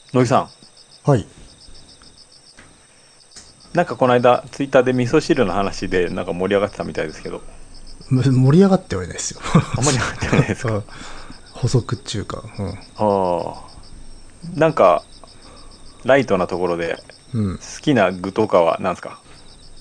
野木さん、 はい。 なんかこの間、ツイッターで味噌汁の話でなんか盛り上がってたみたいですけど、 盛り上がってはいないですよ。 あんまり上がってないですか？ うん。補足っていうか、 ああ、なんか、ライトなところで、 うん。うん。 好きな具とかは何ですか？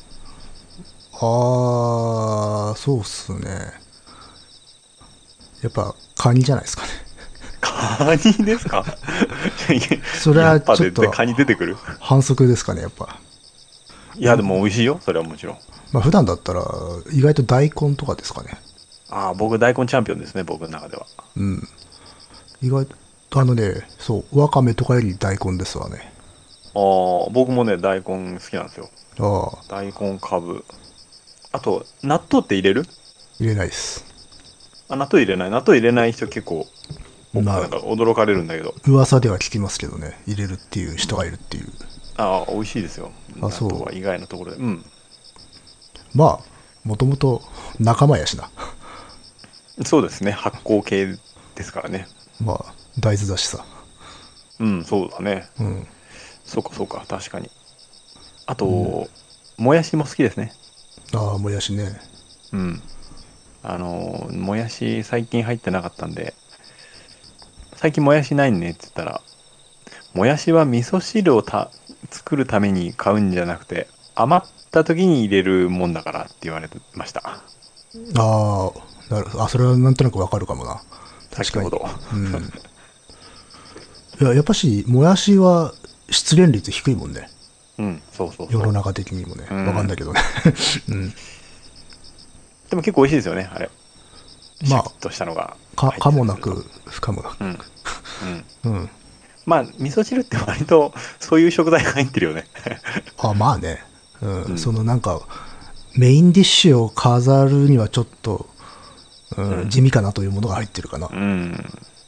そうっすね。やっぱ、カニじゃないですかね。 カニですか？ それはやっぱちょっと、 でカニ出てくる？ 反則ですかね、やっぱ。 いや、でも美味しいよ、それはもちろん。 まあ普段だったら、意外と大根とかですかね。 ああ、僕大根チャンピオンですね、僕の中では。 意外と、そう、わかめとかより大根ですわね。 ああ、僕もね、大根好きなんですよ。 ああ、 大根、かぶ。あと、納豆って入れる？ 入れないです。 あ、納豆入れない。納豆入れない人結構、僕まあ、 なんか驚かれるんだけど。 噂では聞きますけどね。入れるっていう人がいるっていう。 ああ、美味しいですよ。 あ、 納豆はそ意外なところで。うん。 まあ、もともと仲間やしな。 そうですね。発酵系ですからね。 まあ、大豆だしさ。 うん、そうだね。 うん。 そうか、そうか。確かに。あと、もやしも好きですね。 ああ、もやしね。 うん。もやし最近入ってなかったんで、最近もやしないねって言ったら、もやしは味噌汁を作るために買うんじゃなくて、余った時に入れるもんだからって言われてました。 ああ、それはなんとなくわかるかもな。確かに。 先ほど。 うん。いや、やっぱし、もやしは出現率低いもんね。 うん、そうそうそ世の中的にもね。 う。うわかんないん。 けどね。うん。 でも結構美味しいですよね、あれ。シャまキッとしたのがあ、 入っかてたりすると。 もなく、不可もなく。 うん。うん。 うん。 まあ、味噌汁って割とそういう食材が入ってるよね。 あ、まあね。うん。そうん。 のなんか、メインディッシュを飾るにはちょっと、うん、 うん。 地味かなというものが入ってるかな。 うん。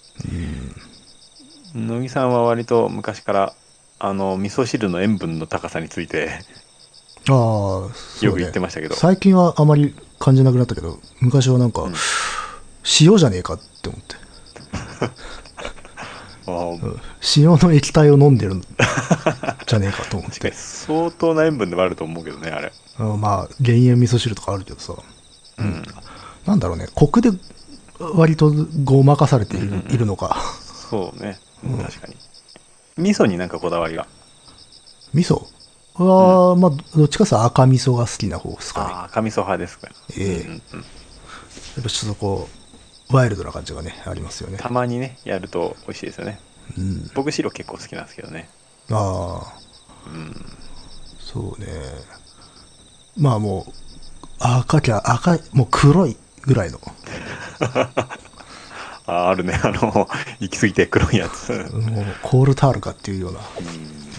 乃木さんは割と昔から、味噌汁の塩分の高さについてああ、 よく言っそうね。 てましたけど。 最近はあまり感じなくなったけど、昔はなんか、 うん。 塩じゃねえかって思って。 あー。 塩の液体を飲んでるんじゃねえかと思っ確かにて。 相当な塩分ではあると思うけどね、あれ。 まあ、減塩味噌汁とかあるけどさ。 うん。 なんだろうね。コクで割とごまかされてうんうんういるん。 のか。 そうね。うん、確かに。味噌になんかこだわりが。 味噌うん。 まあ、どっちかさ赤味噌が好きな方ですかね。 ああ、赤味噌派ですか。うんうええ。 んうん。 やっぱちょっとこう、ワイルドな感じがね、ありますよね。 たまにね、やると美味しいですよね。僕白結構好きなんですけどね。 ああ、 うん。 そうね。まあもう、赤い、もう黒いぐらいの。 あ、あるね。行き過ぎて黒いやつ。 もう、コールタールかっていうような。 うん。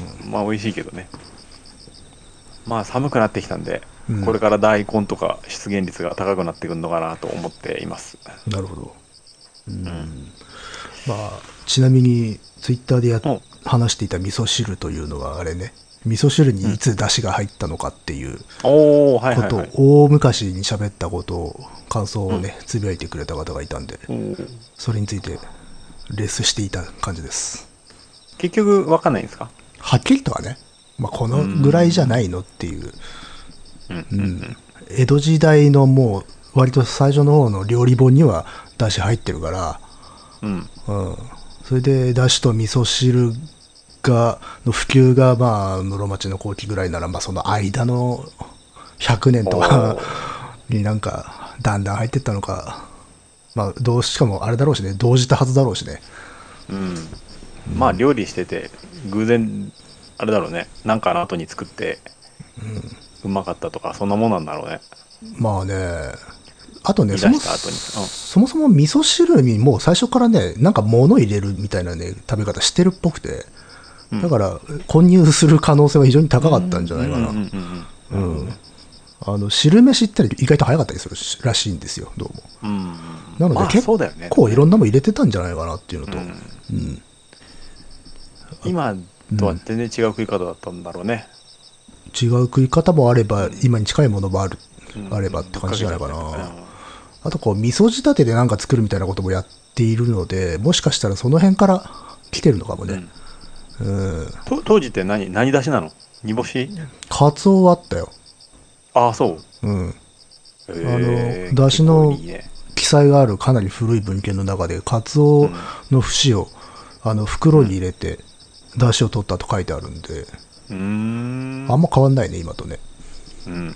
まあ美味しいけどね。まあ寒くなってきたんで、 うん。 これから大根とか出現率が高くなってくるのかなと思っています。 なるほど。 うん。 まあ、ちなみに、ツイッターでうん。 話していた味噌汁というのはあれね、味噌汁にいうん。 つ出汁が入ったのかっていうおー、はいことはいはい。 を大昔に喋ったことを、感想うん。 をね、つぶやいてくれた方がいたんで、 おー。 それについてレスしていた感じです。 結局わかんないんですか？ はっきりとはね、まあ、こうーのぐらいじゃなん。 いのっていう、 うんうん江戸時代のもう、割と最初の方の料理本には出汁入ってるから、 うん。うん。 それで、だしと味噌汁の普及が、まあ、室町の後期ぐらいなら、まあ、その間の100年とかおー。 になんか、だんだん入ってったのか、まあ、しかもあれだろうしね、同時多発だろうしね。 うん。まあ料理してて、偶然、あれだろうね。なんかの後に作って、うまかったとか、そんなもんなんだろうね。 まあね、あとね、 煮出した後に。 そもそも味噌汁にもう最初からね、なんか物入れるみたいなね、食べ方してるっぽくて、 うん。うん。 だから、混入する可能性は非常に高かったんうん、うん、うん、 じゃないかな。 うん。なるほどね。 汁飯って意外と早かったりするらしいんですよ、どうも。 うん。まあ、 なので結そうだよね。でもね。 構いろんなもん入れてたんじゃないかなっていうのと、 うん。今とは全然違う食い方だったんだろうね。 違う食い方もあれば、 うん。 今に近いものもうん。うん。 あればってぶっかけ感じじゃないかちゃったりとかね。 な。あとこう、味噌仕立てでなんか作るみたいなこともやっているので、もしかしたらその辺から来てるのかもね。 うん。 うん。 当時って何出しなの？煮干し？ カツオはあったよ。 ああ、そう。 うん。出汁結構のいいね。 記載があるかなり古い文献の中で、カツオうん。 の節を、袋に入れて、出汁を取ったと書いてあるんで、 うーん。 あんま変わんないね、今とね。 うんうんうん。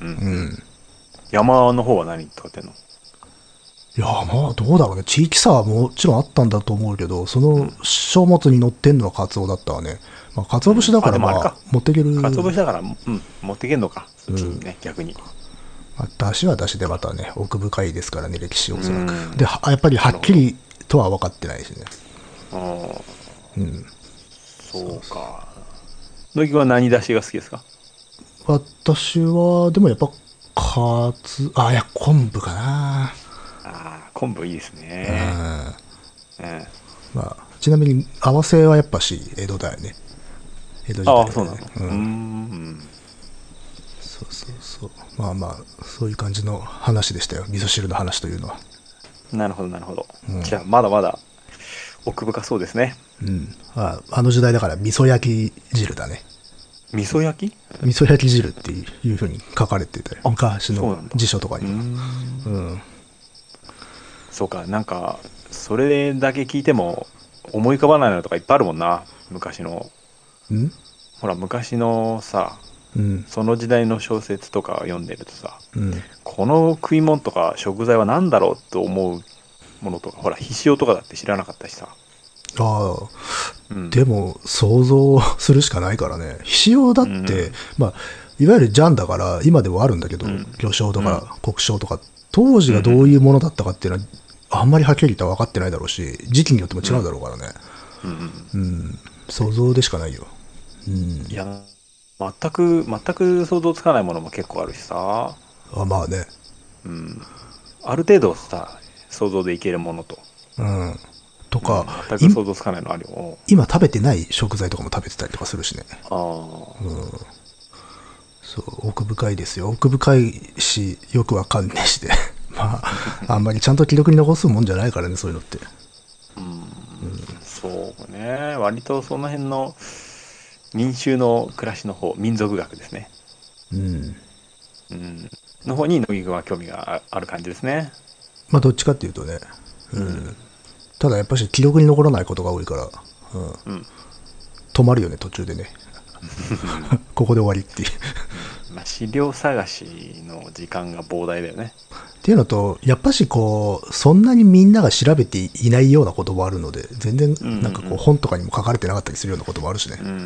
うん。 山の方は何使ってんの？ いや、まあ、どうだろうね。地域差はもちろんあったんだと思うけど、そのうん。 書物に載ってんのはカツオだったわね。まあ、カツオ節うん。あ、 だからまあ、 でもあれか。 持っていける。 鰹節だから、うん、持ってけんのか。そっうん。 ちにね、逆に。 まあ、出汁は出汁でまたね、奥深いですからね、歴史うおそらく。 ん。 で、やっぱりはなるほど。 っきりとは分かってないしね。 ああ、 うん。 そうか。乃木は何出しが好きですか？ 私は、でもやっぱ、いや、昆布かな。 ああ、昆布いいですうん。 ね。 まうん。 あ、ちなみに、合わせはやっぱし、江戸だよね。江戸時ああ、 代だよね。 そうなの。 うん。 ん。 そうそうそう。まあまあ、そういう感じの話でしたよ。味噌汁の話というのは。 なるほど、なるほど。 うん。 じゃあ、まだまだ奥深そうですね。 うん。あの時代だから味噌焼き汁だね。 味噌焼き？ 味噌焼き汁っていう風に書かれてたよ。 あ、 昔のそうなんだ。 辞書とかにうーは。うん。 ん。 そうか、なんか、それだけ聞いても思い浮かばないのとかいっぱいあるもんな。昔の。 んほら、昔のさ、 うん。 その時代の小説とか読んでるとさ、 うん。 この食い物とか食材は何だろうと思うものとか、ほら、ひしおとかだって知らなかったしさ。 ああ、 うん。 でも想像するしかないからね。ひしおだっうん。 て、まあ、いわゆるジャンだから今でもあるんだけど、 うん。 魚醤とうん。 か国椒とか、当時うん。うがどういうん。 ものだったかっていうのは、あんまりはっきり言ったら分かってないだろうし、時期によっても違ううん。 だろうからね。 うん。 うん、想像でしかないよ。うん。 いや、全く想像つかないものも結構あるしさ。 まあね。 うん。ある程度さ、想像でいけるものと、 うん。とか、 うん、全く想像つかないのあるよ。 今食べてない食材とかも食べてたりとかするしね。 ああ。 そう、奥深いですよ。奥深いし、よくわかんねえしで。まあ、あんまりちゃんと記録に残すもんじゃないからね、そういうのって。 うん、そうね。割とその辺の民衆の暮らしの方、民族学ですね。 うん。 うん。の方に乃木君は興味がある感じですね。 まあ、どっちかっていうとね。 うん。 ただやっぱし記録に残らないことが多いから、 うん。 止まるよね、途中でね。ここで終わりっていう。 うん。まあ、資料探しの時間が膨大だよね。 っていうのと、やっぱしこう、そんなにみんなが調べていないようなこともあるので、全然うんなんかこう本とかにも書かれてなかったりするようなこともあるしね。 うんうん。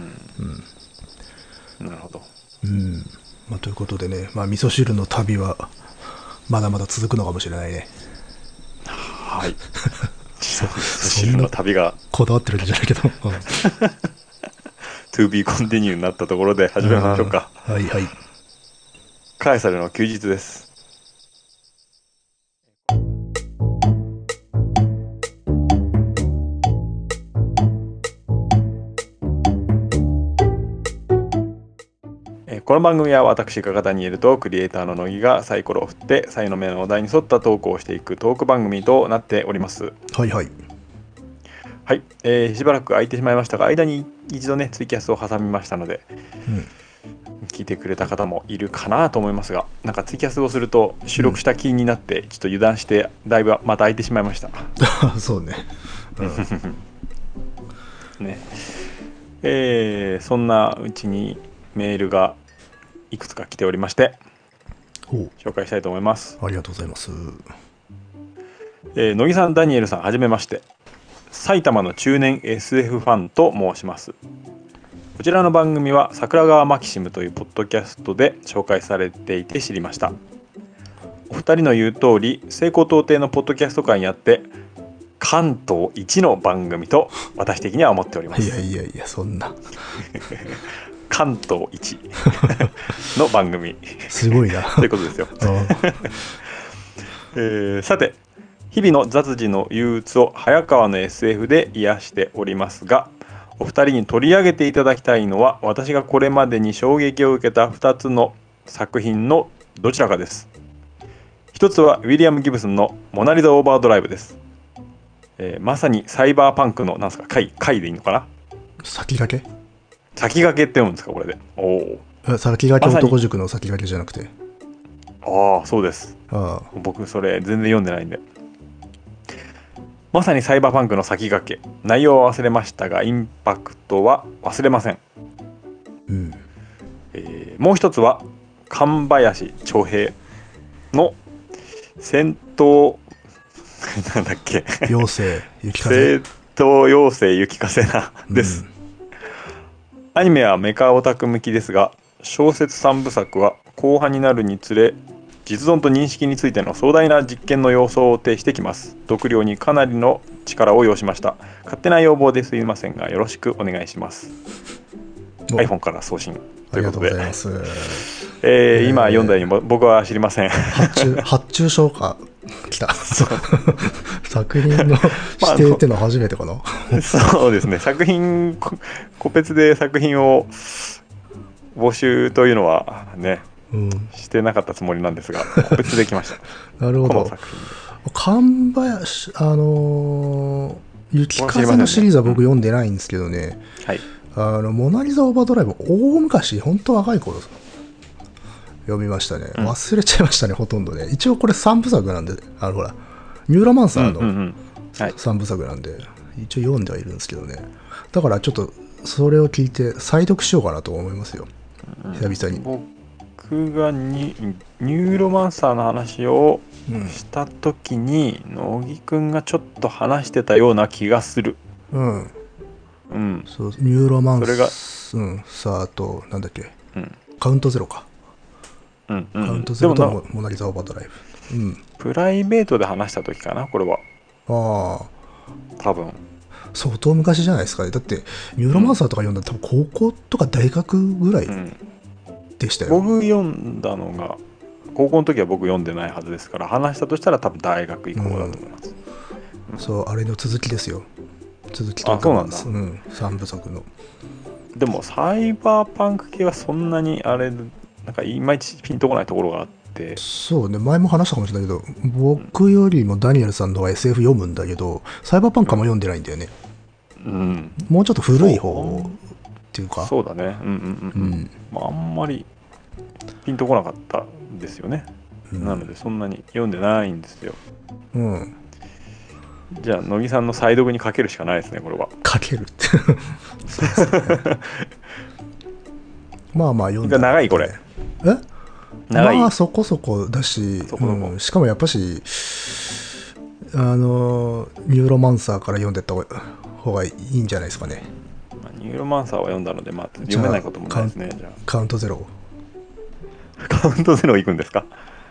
うん。なるほど。 うん。まあ、ということでね、まあ、味噌汁の旅は、まだまだ続くのかもしれないね。 はい。味噌汁そんなの旅がこだわってるんじゃないけど。 to be continue になったところで始めましょうか。 はいはい。 カエサルの休日です。この番組は私画家ダニエルとクリエイターの乃木がサイコロを振って才の目のお題に沿ったトークをしていくトーク番組となっております。 はいはい。 はい、しばらく空いてしまいましたが、間に一度ねツイキャスを挟みましたので、 うん。 聞いてくれた方もいるかなと思いますが、なんかツイキャスをすると収うん。 録した気になってちょっと油断してだいぶまた空いてしまいました。 そうね。うん。 ね。そんなうちにメールがいくつか来ておりましておう、 紹介したいと思います。 ありがとうございます。 乃木さん、ダニエルさん、はじめまして。埼玉の中年 SF ファンと申します。こちらの番組は桜川マキシムというポッドキャストで紹介されていて知りました。お二人の言う通り、西高東低のポッドキャスト界にあって関東一の番組と私的には思っておりまいやす。 いやいや、そんな。 関東一の番組すごいな。 ということですよ。さて、日々の雑事の憂鬱を早川の SF で癒しておりますが、お二人に取り上げていただきたいのは私がこれまでに衝撃を受けた2つの作品のどちらかです。一つはウィリアム・ギブソンのモナリザ・オーバードライブです。まさにサイバーパンクのなんすか回でいいのかな。 先駆け。 先駆けって読むんですかこれで。おお。 先駆け男塾の先駆けじゃなくて。 ああ、そうです。 ああ。 僕それ全然読んでないんで。まさにサイバーパンクの先駆け。内容は忘れましたがインパクトは忘れません。 うん。 もう一つは神林長平の戦闘なんだっけ妖精雪風。 戦闘妖精雪風なです、アニメはメカオタク向きですが小説3部作は後半になるにつれ実存と認識についての壮大な実験の様相を呈してきます。読量にかなりの力を要しました。勝手な要望ですいませんがよろしくお願いします。 iPhone から送信ということで、 ありがとうございます。 今読んだように僕は知りません。 発注書か来た作品の指定ってのは初めてかな。 そうですね、作品個別で作品を募集というのはね、してなかったつもりなんですが個別できました。 なるほど。 この作品神林雪風のシリーズは僕読んでないんですけどね、 はい、 モナリザオーバードライブ大昔本当若い頃読みましたね。忘れちゃいましたね、ほとんどね。一応これ3部作なんで、ほらニューロマンサーの3部作なんで、一応読んではいるんですけどね。だからちょっとそれを聞いて再読しようかなと思いますよ、久々に。 僕がニューロマンサーの話をした時に、乃木くんがちょっと話してたような気がする。 そうニューロマンサーとなんだっけ、カウントゼロか。カウントゼロとモナリザオーバードライブ。 プライベートで話した時かなこれは。 ああ、 多分相当昔じゃないですかね。だってニューロマンサーとか読んだら多分高校とか大学ぐらいでしたよ。 僕読んだのが高校の時は僕読んでないはずですから、話したとしたら多分大学以降だと思います。 そう、あれの続きですよ。続きとか。 あ、そうなんだ。 3部作の。 でもサイバーパンク系はそんなにあれなんかいまいちピンとこないところがあって。 そうね、前も話したかもしれないけど、僕よりもダニエルさんの方が SF 読むんだけど、サイバーパンクはも読んでないんだよね。もうちょっと古い方っていうか。 そうだね。あんまりピンとこなかったんですよね。なのでそんなに読んでないんですよ。じゃあ乃木さんの再読にかけるしかないですね、これは。 かけるってそうですね。まあまあ読んだ。 長いこれ。 長い。まあそこそこだし、しかもやっぱしニューロマンサーから読んでった方がいいんじゃないですかね。 ニューロマンサーは読んだので、読めないこともないですね。じゃあカウントゼロ。 カウントゼロ行くんですか？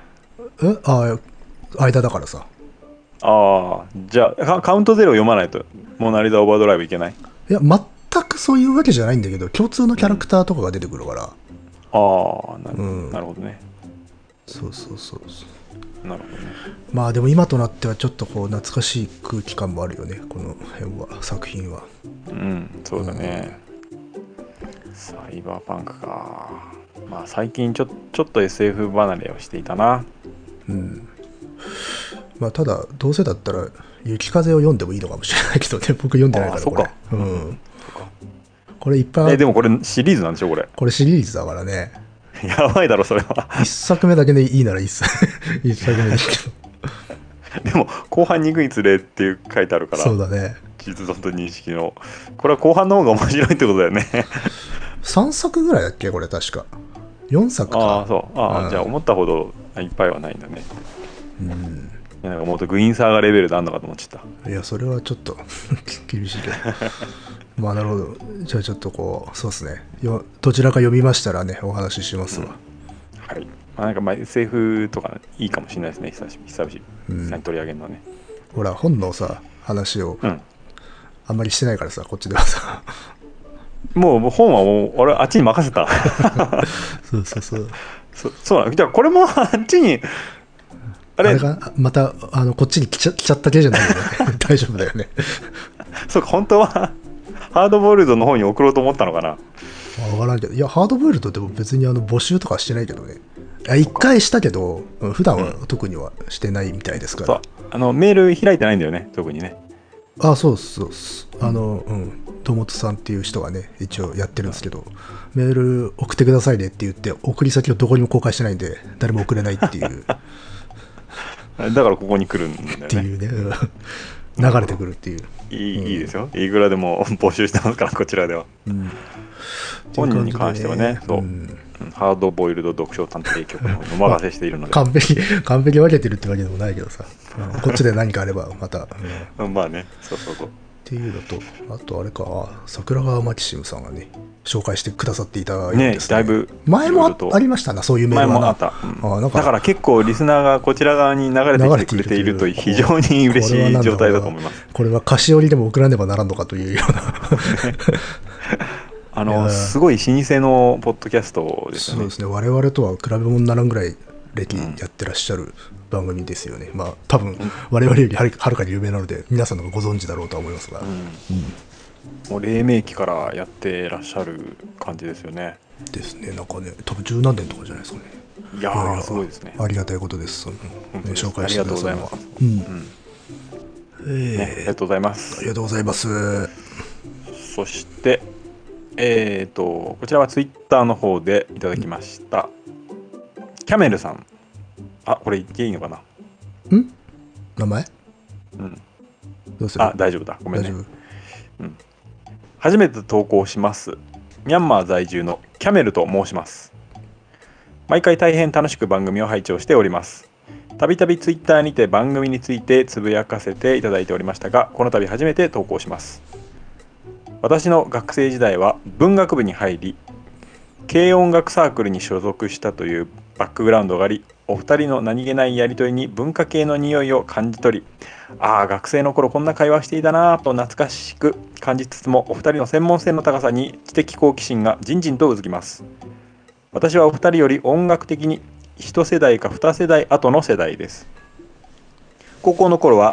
間だからさ。 じゃあカウントゼロ読まないとモナリザオーバードライブいけない？ いや全くそういうわけじゃないんだけど、共通のキャラクターとかが出てくるから。 なるほどね。 そう。 なるほどね。 まあでも今となってはちょっとこう懐かしい空気感もあるよね、この辺は、作品は。 そうだね。サイバーパンクか。まあ最近ちょっと SF 離れをしていたな。 まあただどうせだったら雪風を読んでもいいのかもしれないけどね。僕読んでないからこれ。これいっぱい。 でもこれシリーズなんでしょこれ。 これシリーズだからね。 やばいだろそれは。 1作目だけでいいならいいっす。1作目ですけど。でも後半に行くにつれっていう書いてあるから。 そうだね。 実存と認識の。これは後半の方が面白いってことだよね。 3作ぐらいだっけこれ確か。4作か。 じゃあ思ったほどいっぱいはないんだね。なんかもっとグイーンサーガレベルであんのかと思っちゃった。 いやそれはちょっと厳しいけど。まあなるほど。じゃあちょっとこうそうですね。どちらか読みましたらねお話ししますわ。 はい。なんかSF とかいいかもしれないですね。久々に取り上げるのはね。 ほら本のさ話をあんまりしてないからさ、こっちではさ。 もう本はもう俺あっちに任せた。そうなん。じゃあこれもあっちに。 あれがまたこっちに来ちゃった系じゃないよね。大丈夫だよね。 そうか、本当はハードボイルドの方に送ろうと思ったのかな。 分からんけど、いやハードボイルドでも別に募集とかしてないけどね。一回したけど普段は特にはしてないみたいですから。 メール開いてないんだよね特にね。 そうどともとさんっていう人がね一応やってるんですけど、メール送ってくださいねって言って送り先をどこにも公開してないんで誰も送れないっていうだからここに来るんだよね。 っていうね流れてくるっていう。 いいですよ。いくらでも募集してますから、こちらでは。本人に関してはね、そう、ハードボイルド読書探偵局の方にお任せしているので。 完璧分けてるってわけでもないけどさ、こっちで何かあればまた。 まあね、そう。 っていうのと、あとあれか、桜川マキシムさんがね、紹介してくださっていたようですね。 だいぶ前もありましたな、そういうメールはな。 前もあった。だから結構リスナーがこちら側に流れてきてくれていると非常に嬉しい状態だと思います。 これは菓子折りでも送らねばならんのかというような。 すごい老舗のポッドキャストですよね。 そうですね、我々とは比べ物にならんぐらい歴やってらっしゃる番組ですよね。まあ多分我々よりはるかに有名なので皆さんのご存知だろうとは思いますが、 もう黎明期からやってらっしゃる感じですよね。 ですね。なんかね、多分十何年とかじゃないですかね。 いやー、すごいですね。 ありがたいことです。紹介してくださいます。 ありがとうございます。 ありがとうございます。 そしてこちらはツイッターの方でいただきました、キャメルさん。これ言っていいのかな。 名前？どうする？ 大丈夫だ、ごめんね。 大丈夫。 初めて投稿します。ミャンマー在住のキャメルと申します。毎回大変楽しく番組を拝聴しております。たびたびツイッターにて番組についてつぶやかせていただいておりましたが、この度初めて投稿します。私の学生時代は文学部に入り、軽音楽サークルに所属したというバックグラウンドがあり、お二人の何気ないやりとりに文化系の匂いを感じ取り、学生の頃こんな会話していたなぁと懐かしく感じつつも、お二人の専門性の高さに知的好奇心がじんじんとうずきます。私はお二人より音楽的に一世代か二世代後の世代です。高校の頃は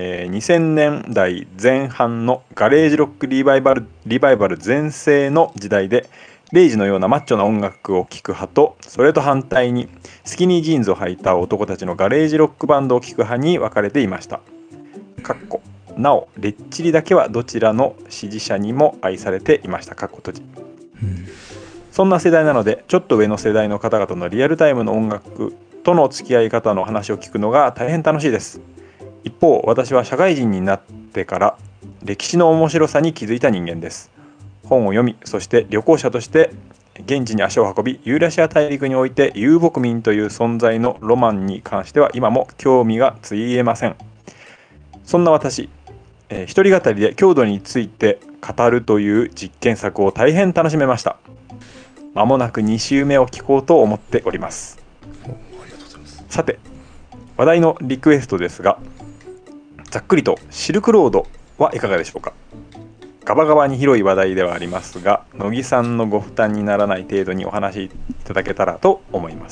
2000年代前半のガレージロックリバイバル全盛の時代で、レイジのようなマッチョな音楽を聴く派と、それと反対にスキニージーンズを履いた男たちのガレージロックバンドを聴く派に分かれていました。なおレッチリだけはどちらの支持者にも愛されていました。そんな世代なので、ちょっと上の世代の方々のリアルタイムの音楽との付き合い方の話を聞くのが大変楽しいです。一方、私は社会人になってから歴史の面白さに気づいた人間です。本を読み、そして旅行者として現地に足を運び、ユーラシア大陸において遊牧民という存在のロマンに関しては今も興味がついえません。そんな私、一人語りで郷土について語るという実験作を大変楽しめました。間もなく2週目を聞こうと思っております。さて、話題のリクエストですが、ざっくりとシルクロードはいかがでしょうか。ガバガバに広い話題ではありますが、乃木さんのご負担にならない程度にお話しいただけたらと思います。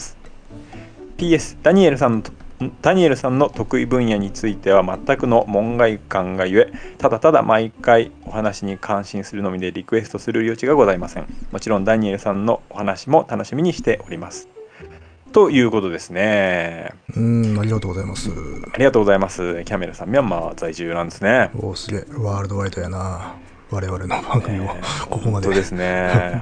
PS、ダニエルさんの得意分野については全くの門外漢がゆえ、ただただ毎回お話に感心するのみでリクエストする余地がございません。もちろんダニエルさんのお話も楽しみにしております、ということですね。 ありがとうございます。 ありがとうございます。キャメルさん、ミャンマー在住なんですね。 すげえ、ワールドワイドやな、我々の番組もここまで。 そうですね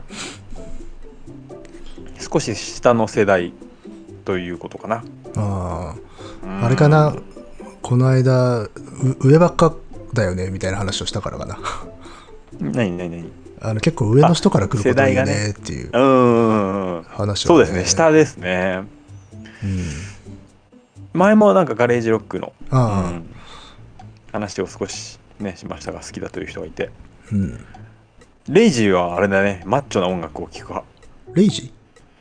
少し下の世代ということかな。 あれかな、この間上ばっかだよねみたいな話をしたからかな。 何結構上の人から来ることいいねっていう話を、 そうですね、下ですね。前もなんかガレージロックの話を少しねしましたが、好きだという人がいて、レイジはあれだね、マッチョな音楽を聴く派。レイジ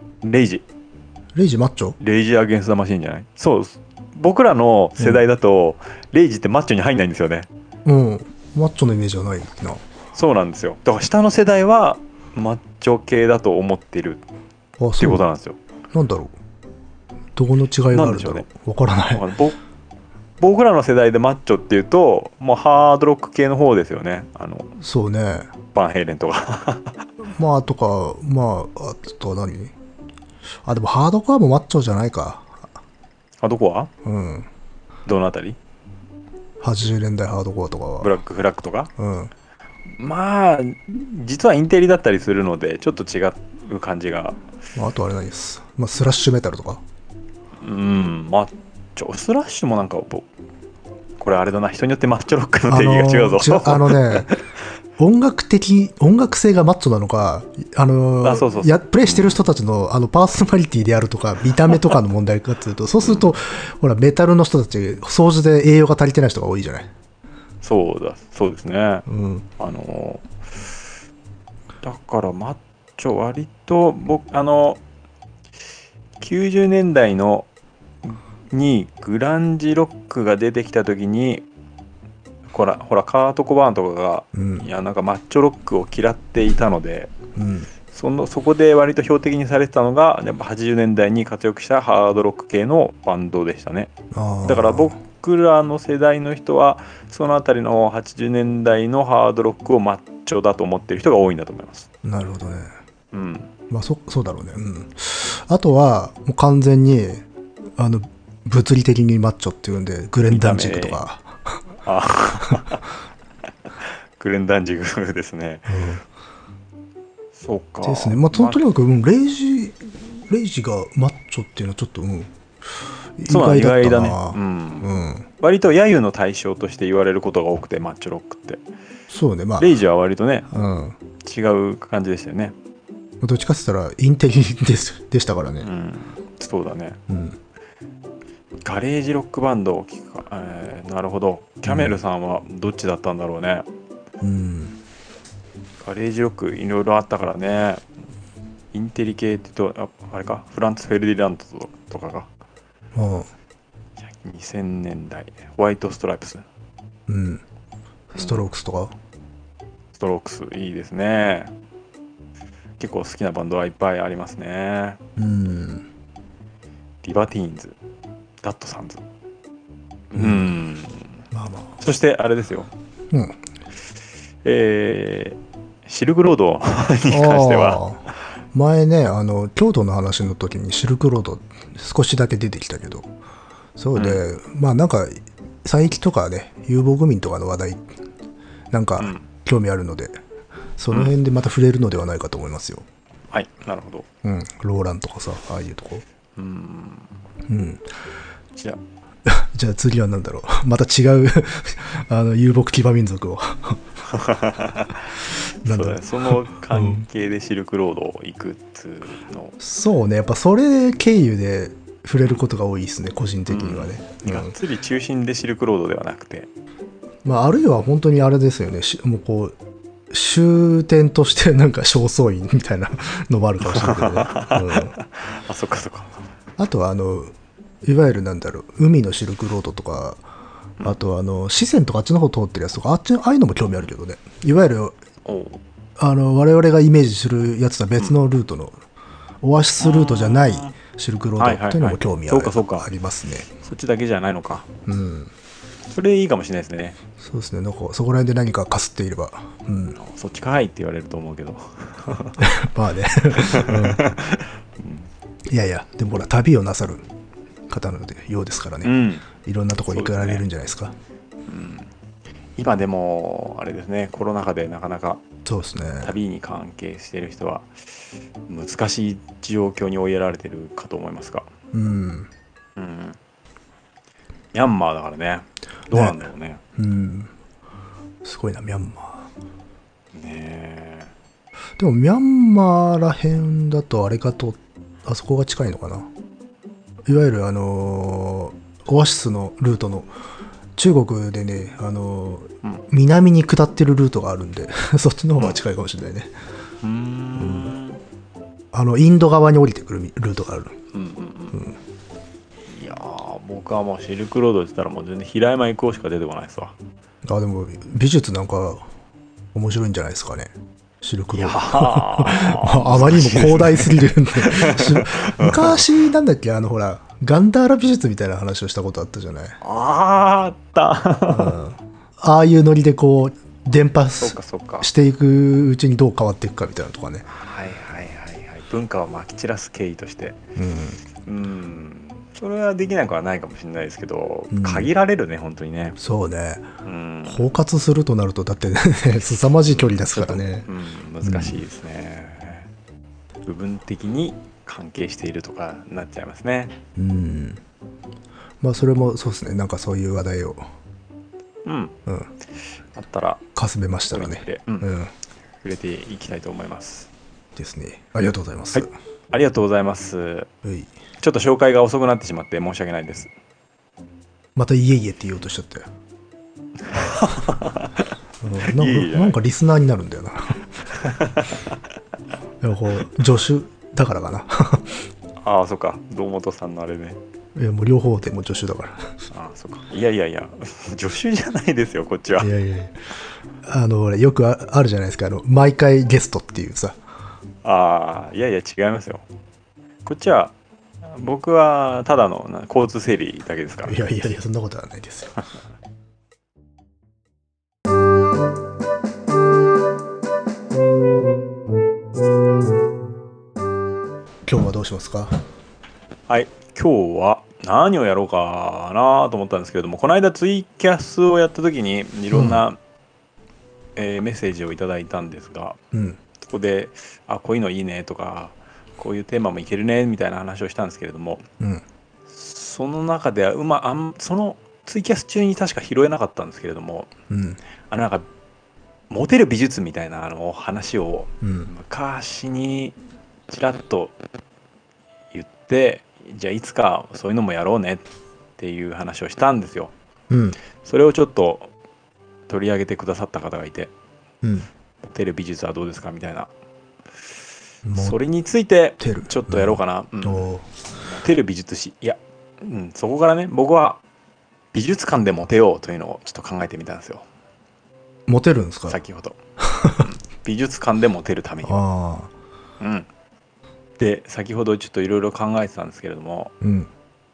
マッチョ？ レイジアゲンストマシンじゃない？そう、僕らの世代だと、レイジってマッチョに入んないんですよね。 マッチョのイメージはないな。 そうなんですよ。だから下の世代はマッチョ系だと思ってるっていうことなんですよ。 なんだろう、どこの違いがあるんだろう、わからない。 僕らの世代でマッチョっていうと、もうハードロック系の方ですよね。 そうね、 バンヘイレンとかあとは何？でもハードコアもマッチョじゃないか。 どこは？どのあたり？ 80年代ハードコアとかはブラックフラッグとか？ まあ実はインテリだったりするのでちょっと違う感じが。 あとあれ何です、スラッシュメタルとか。 まあスラッシュもなんかこれあれだな、人によってマッチョロックの定義が違うぞ。 音楽性がマッチョなのか、 そうプレイしてる人たちの、パーソナリティであるとか、見た目とかの問題かっていうと、そうすると、ほら、メタルの人たち、掃除で栄養が足りてない人が多いじゃない。 そうですね。 うん。 だからマッチョ割と90年代にグランジロックが出てきた時にほらカート・コバーンとかが、いやなんかマッチョロックを嫌っていたので、そこで割と標的にされてたのがやっぱ80年代に活躍したハードロック系のバンドでしたね。だから僕らの世代の人はそのあたりの80年代のハードロックをマッチョだと思ってる人が多いんだと思います。 なるほどね。まあそうだろうね。あとはもう完全に物理的にマッチョっていうんでグレン・ダンジグとか。 グレン・ダンジグですね。そうか。 ですね。まあとにかくレイジがマッチョっていうのはちょっと意外だね。 割と揶揄の対象として言われることが多くて、マッチョロックって。 そうね。まあレイジは割とね、違う感じでしたよね。 どっちかって言ったらインテリでしたからね。 そうだね。ガレージロックバンドを聞くか、なるほど。キャメルさんはどっちだったんだろうね。ガレージロックいろいろあったからね。インテリ系って言うとあれか、フランツ・フェルディランドとかが2000年代ホワイトストライプス、 ストロークスとか。 ストロークスいいですね。結構好きなバンドはいっぱいありますね。リバティーンズ、ダットサンズ、そしてあれですよ、シルクロードに関しては前ね京都の話の時にシルクロード少しだけ出てきたけど、そうで、まあなんか佐伯とかね遊牧民とかの話題なんか興味あるので、その辺でまた触れるのではないかと思いますよ。 はい、なるほど。 ローランとかさ、ああいうとこ。 じゃあ次は何だろう。また違う遊牧騎馬民族をなんだろう、その関係でシルクロードを行くっつうの、 そうね、やっぱそれ経由で触れることが多いですね、個人的にはね。 がっつり中心でシルクロードではなくて、 まああるいは本当にあれですよね、もうこう終点としてなんか正倉院みたいなのもあるかもしれないけどね。 あ、そっかそっか。 あとはいわゆるなんだろう、海のシルクロードとか、あと四川とかあっちの方通ってるやつとか、ああいうのも興味あるけどね。いわゆる我々がイメージするやつとは別のルートの、オアシスルートじゃないシルクロードっていうのも興味ありますね。 そっちだけじゃないのか。それいいかもしれないですね。 そうですね。なんかそこら辺で何かかすっていれば、 そっちかいって言われると思うけど。 まあね。いやいや、でもほら旅をなさる方のようですからね。いろんなところに行かれるんじゃないですか。 今でもあれですね、コロナ禍でなかなかそうですね、 旅に関係している人は難しい状況に追いやられてるかと思いますが、ミャンマーだからね、どうなんだろうね。 すごいな、ミャンマー。ね。 でもミャンマーらへんだとあれかと、あそこが近いのかな。いわゆるオアシスのルートの中国でね、南に下ってるルートがあるんでそっちの方が近いかもしれないね。インド側に降りてくるルートがある。 いやー、僕はもうシルクロードって言ったらもう全然平山行こうしか出てこないですわ。 でも美術なんか面白いんじゃないですかね、シルクロード。あまりにも広大すぎるんで昔なんだっけ、ほらガンダーラ美術みたいな話をしたことあったじゃない。 あった、 ああいうノリでこう伝播していくうちにどう変わっていくかみたいなとかね。 文化をまき散らす経緯として、 それはできなくはないかもしれないですけど、 うん限られるね本当にね。 そうね。 うん包括するとなると、だってね、凄まじい距離ですからね。 難しいですね、部分的に関係しているとかなっちゃいますね。 うん。まあ、それもそうですね。なんかそういう話題を、 うん、 うん、 あったらかすめましたらね。 置いて、 うん。 触れていきたいと思います。 ですね。ありがとうございます。 はい、ありがとうございます。 はい。 ちょっと紹介が遅くなってしまって申し訳ないです。 またいえいえって言おうとしちゃったよ。うんいえいえじゃないなんかリスナーになるんだよな。いやこう助手だからかな。 ああ、そっか、堂本さんのあれね。 いやもう両方でも助手だから。 ああ、そっか。いやいやいや、助手じゃないですよ、こっちは。 いやいやいや。俺よくあるじゃないですか。毎回ゲストっていうさ。 ああ、いやいや、違いますよ。こっちは、僕はただの交通整理だけですから。 いやいやいや、そんなことはないですよ。今日はどうしますか？ はい、今日は何をやろうかなと思ったんですけれども、この間ツイキャスをやった時にいろんな、メッセージをいただいたんですが、 うん。 そこでこういうのいいねとか、こういうテーマもいけるねみたいな話をしたんですけれども、 うん。 その中ではそのツイキャス中に確か拾えなかったんですけれども、 うん。 なんかモテる美術みたいな話をうん。 昔にちらっと言って、じゃあいつかそういうのもやろうねっていう話をしたんですよ。 うん。 それをちょっと取り上げてくださった方がいて、 うん。 モテる美術はどうですかみたいな、 モそれについてテル。 ちょっとやろうかな。 おモテる美術史、いや、そこからね、僕は美術館でモテようというのをちょっと考えてみたんですよ、 モテるんですか？ 先ほど。美術館でモテるためには。 あで、先ほどちょっといろいろ考えてたんですけれども、 あ。うん。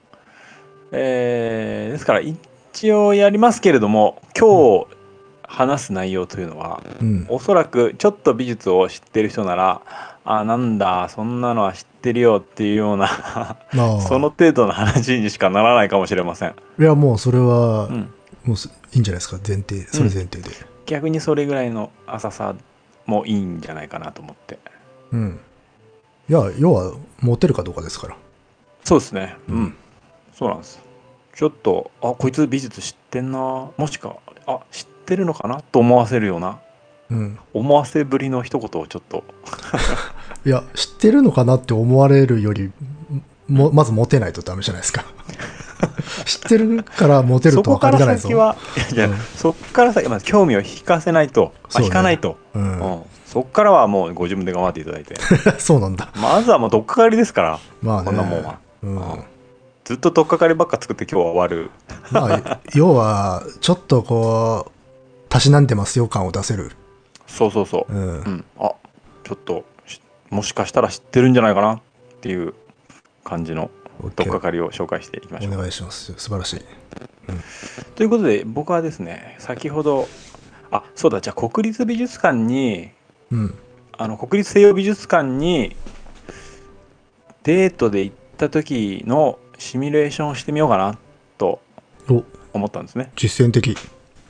ですから一応やりますけれども、今日話す内容というのは、 うん。 おそらくちょっと美術を知ってる人なら、なんだそんなのは知ってるよっていうようなその程度の話にしかならないかもしれません。 いやもうそれは、 うんもういいんじゃないですか。前提、それ前提で。 逆にそれぐらいの浅さもいいんじゃないかなと思って。 うん。いや、要はモテるかどうかですから。 そうですね。 うんそうなんです。ちょっとこいつ美術知ってんな、もしくは知ってるのかなと思わせるような、 うん。 思わせぶりの一言をちょっといや、知ってるのかなって思われるよりまずモテないとダメじゃないですか。知ってるからモテるとは限らないぞ。 そこから先はまず興味を引かせないと、引かないと、そこからはもうご自分で頑張っていただいてそうなんだ。 まずはもう取っかかりですから、 まあね、 こんなもんは、ずっと取っかかりばっか作って今日は終わる。 まあ要はちょっとこうたしなんでますよ感を出せる。 そう、ちょっともしかしたら知ってるんじゃないかなっていう感じの取っかかりを紹介していきましょう。 お願いします。素晴らしい。 ということで、僕はですね、先ほどそうだ、じゃあ国立美術館に、国立西洋美術館にデートで行った時のシミュレーションをしてみようかなと思ったんですね。 実践的。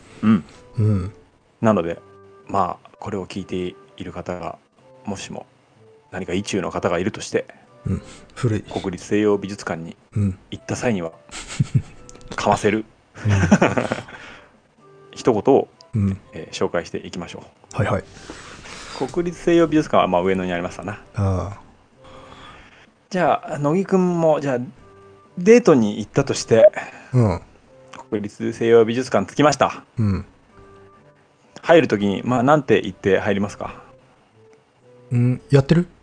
なのでこれを聞いている方がもしも何か意中の方がいるとして、 古い国立西洋美術館に行った際には、かませる、一言を、紹介していきましょう。 はいはい。 国立西洋美術館は上野にありますわな。じゃあ乃木くんもじゃあデートに行ったとして、国立西洋美術館着きました。入るときになんて言って入りますか？ やってる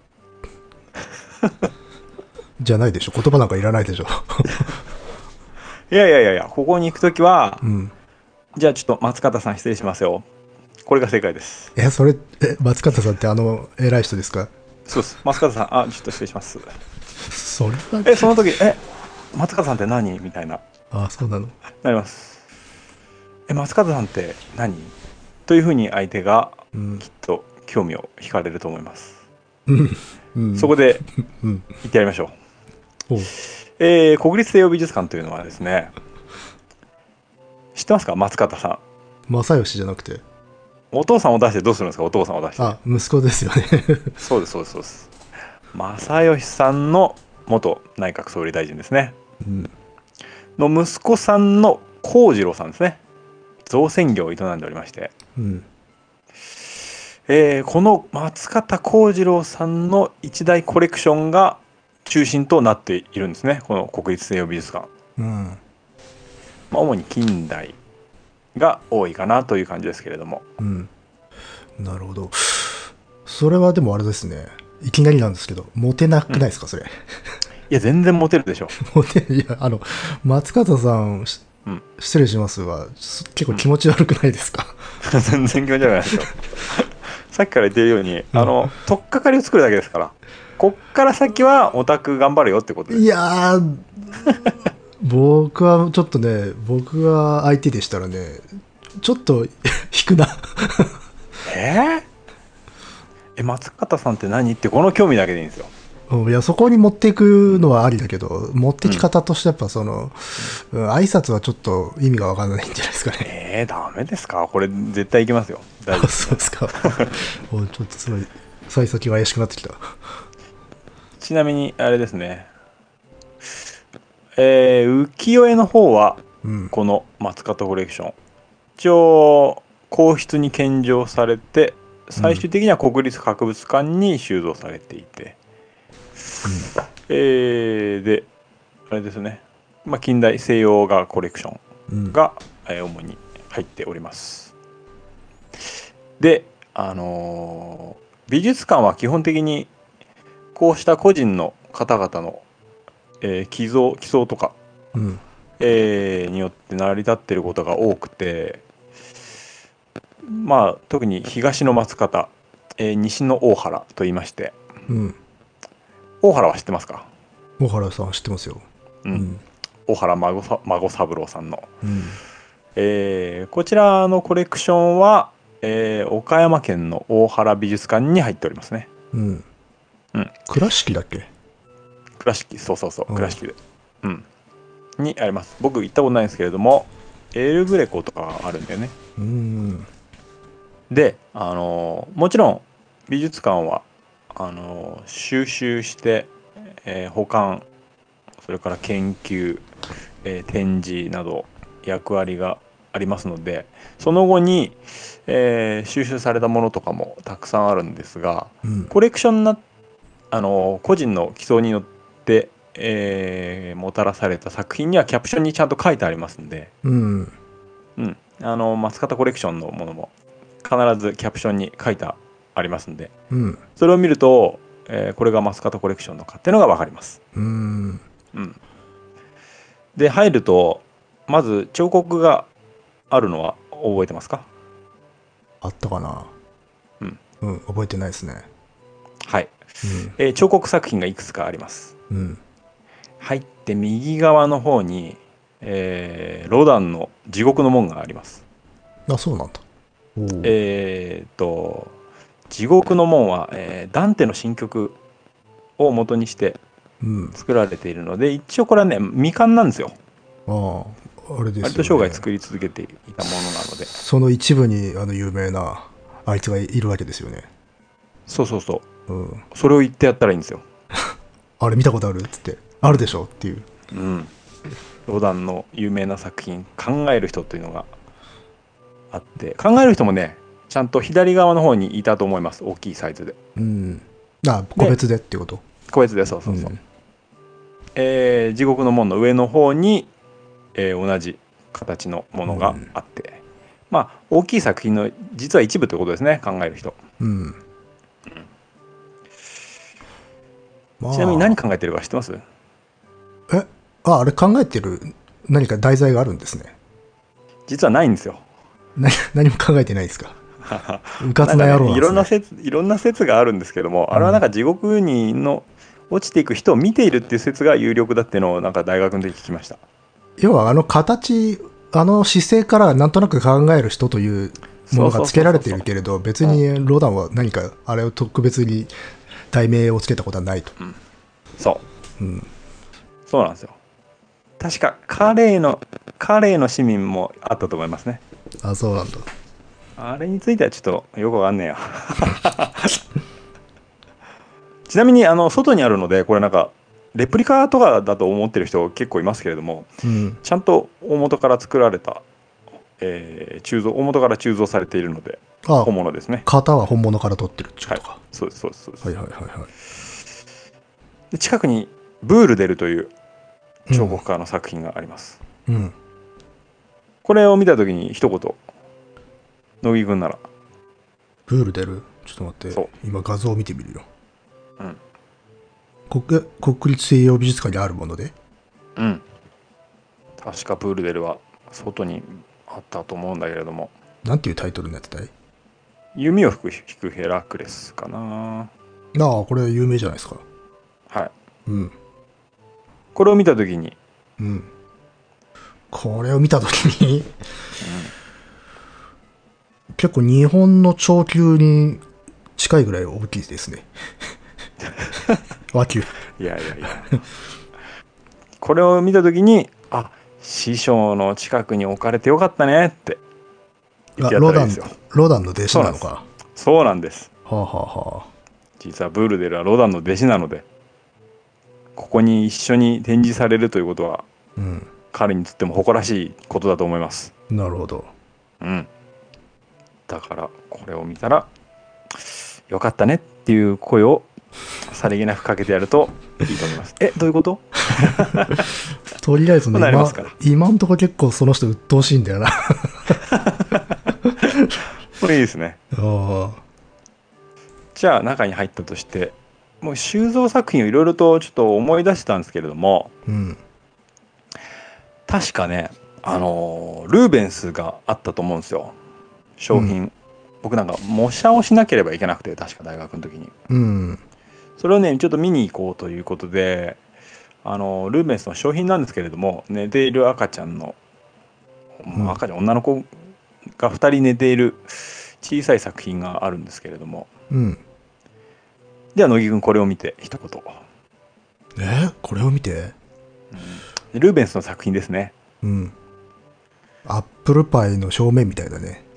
じゃないでしょ。言葉なんかいらないでしょ。 いや、ここに行くときは、じゃあちょっと松方さん失礼しますよ。これが正解です。 それ松方さんって偉い人ですか？ そうです。松方さん、ちょっと失礼します。 それはその時松方さんって何みたいな。 そうなの。 なります。松方さんって何というふうに相手がきっと興味を惹かれると思います。そこで言ってやりましょう。 国立西洋美術館というのはですね、知ってますか、松方さん。 正義じゃなくて。 お父さんを出してどうするんですか、お父さんを出して。 あ、息子ですよね。 そうです、そうです、そうです。正義さんの元内閣総理大臣ですね。 うん。 の息子さんの幸次郎さんですね。造船業を営んでおりまして、 うん。 この松方幸次郎さんの一大コレクションが中心となっているんですね、この国立西洋美術館。 うん。 主に近代が多いかなという感じですけれども。 うん。なるほど。それはでもあれですね。いきなりなんですけど、モテなくないですか、それ。 いや、全然モテるでしょ。 モテ、いや、松方さん、 うん。 失礼しますが、結構気持ち悪くないですか。 全然気持ち悪くないでしょ。さっきから言ってるように、取っかかりを作るだけですから。こっから先はオタク頑張るよってことです。 いやー、僕はちょっとね、僕が相手でしたらね、ちょっと引くな。 松方さんって何ってこの興味だけでいいんですよ。 いや、そこに持っていくのはありだけど、持ってき方としてやっぱ挨拶はちょっと意味がわからないんじゃないですかね。 ダメですか、これ絶対いきますよ。大丈夫です。 そうですか。ちょっとすごい、幸先が怪しくなってきた。 ちなみにあれですね、浮世絵の方はうん。 この松方コレクション、一応皇室に献上されて最終的には国立博物館に収蔵されていて、であれですね、近代西洋画コレクションが、主に入っております。で、美術館は基本的にこうした個人の方々の、寄贈とか、によって成り立っていることが多くて、特に東の松方、西の大原と言いまして、大原は知ってますか？ 大原さん知ってますよ。 大原孫三郎さんの、こちらのコレクションは、岡山県の大原美術館に入っておりますね。 倉敷だっけ？ 倉敷、そう倉敷で、にあります。僕行ったことないんですけれども、エルグレコとかあるんだよね。で、もちろん美術館は収集して、保管、それから研究、展示など役割がありますので、その後に、収集されたものとかもたくさんあるんですが、コレクションな個人の寄贈によって、もたらされた作品にはキャプションにちゃんと書いてありますんで、松方コレクションのものも必ずキャプションに書いてありますんで、それを見ると、これが松方コレクションのかっていうのが分かります。で、入るとまず彫刻があるのは覚えてますか？ あったかな。覚えてないですね。 はい、彫刻作品がいくつかあります。入って右側の方に、ロダンの地獄の門があります。 あ、そうなんだ。 地獄の門は、ダンテの新曲を元にして作られているので、一応これはね未完なんですよ。 あれですよね。 割と生涯作り続けていたものなので、 その一部に有名なあいつがいるわけですよね。 そう、それを言ってやったらいいんですよ。 あれ見たことあるっつって、あるでしょっていう。 ロダンの有名な作品「考える人」というのがあって、考える人もねちゃんと左側の方にいたと思います。大きいサイズで。 個別でってこと？ 個別で、そう。地獄の門の上の方に、同じ形のものがあって、大きい作品の実は一部ということですね、考える人。ちなみに何考えてるか知ってます？ あれ考えてる何か題材があるんですね。 実はないんですよ。 何も考えてないですか？うかつな野郎なんですね。 いろんな説があるんですけども、あれはなんか地獄に落ちていく人を見ているっていう説が有力だっていうのをなんか大学の時聞きました。 要は形、姿勢からなんとなく考える人というものがつけられているけれど、別にロダンは何かあれを特別に題名をつけたことはないと。 そうなんですよ。確かカレーの市民もあったと思いますね。 あ、そうなんだ。 あれについてはちょっとよくわかんねえや。ちなみに外にあるのでこれなんかレプリカとかだと思ってる人結構いますけれども、 うん。 ちゃんと大元から作られた、大元から鋳造されているのであ、 本物ですね。 型は本物から取ってるってこはい、 とか。 そうですそうですそうです。 はいはいはいはい。 で近くにブールデルという彫うん。 刻家の作品があります。 うん。 これを見た時に一言乃木くんなら。 ブール出る。ちょっと待って。 そう。 今画像を見てみるよ。 うん。 国立西洋美術館にあるもので。 うん。確かブールデルは外にあったと思うんだけれども、 なんていうタイトルのやつだい？ 弓を引くヘラクレスかな。 ああ、これ有名じゃないですか。 はい。 うん。 これを見た時に、 うん。これを見たときに結構日本の長球に近いぐらい大きいですね。和球。 いやいやいや、これを見た時に、あ、師匠の近くに置かれてよかったねって言ってやったらいいですよ。 ロダンの弟子なのか。 そうなんです。 はあ、はあはあ、 実はブールデルはロダンの弟子なので、ここに一緒に展示されるということはうん。 彼にとっても誇らしいことだと思います。 なるほど。 うん。だからこれを見たらよかったねっていう声をさりげなくかけてやるといいと思います。どういうこと？ とりあえずね、 なりますから。 今んとこ結構その人鬱陶しいんだよな。 これいいですね。 ああ。 じゃあ中に入ったとして、もう収蔵作品をいろいろとちょっと思い出したんですけれども、 うん。 確かね、ルーベンスがあったと思うんですよ。商品。僕なんか模写をしなければいけなくて、確か大学の時に。 うん。 それをね、ちょっと見に行こうということで、ルーベンスの商品なんですけれども、寝ている赤ちゃんの、 うん。 赤ちゃん、女の子が2人寝ている小さい作品があるんですけれども、 うん。 では乃木くんこれを見て一言。 これを見て。 ルーベンスの作品ですね。 うん。アップルパイの正面みたいだね。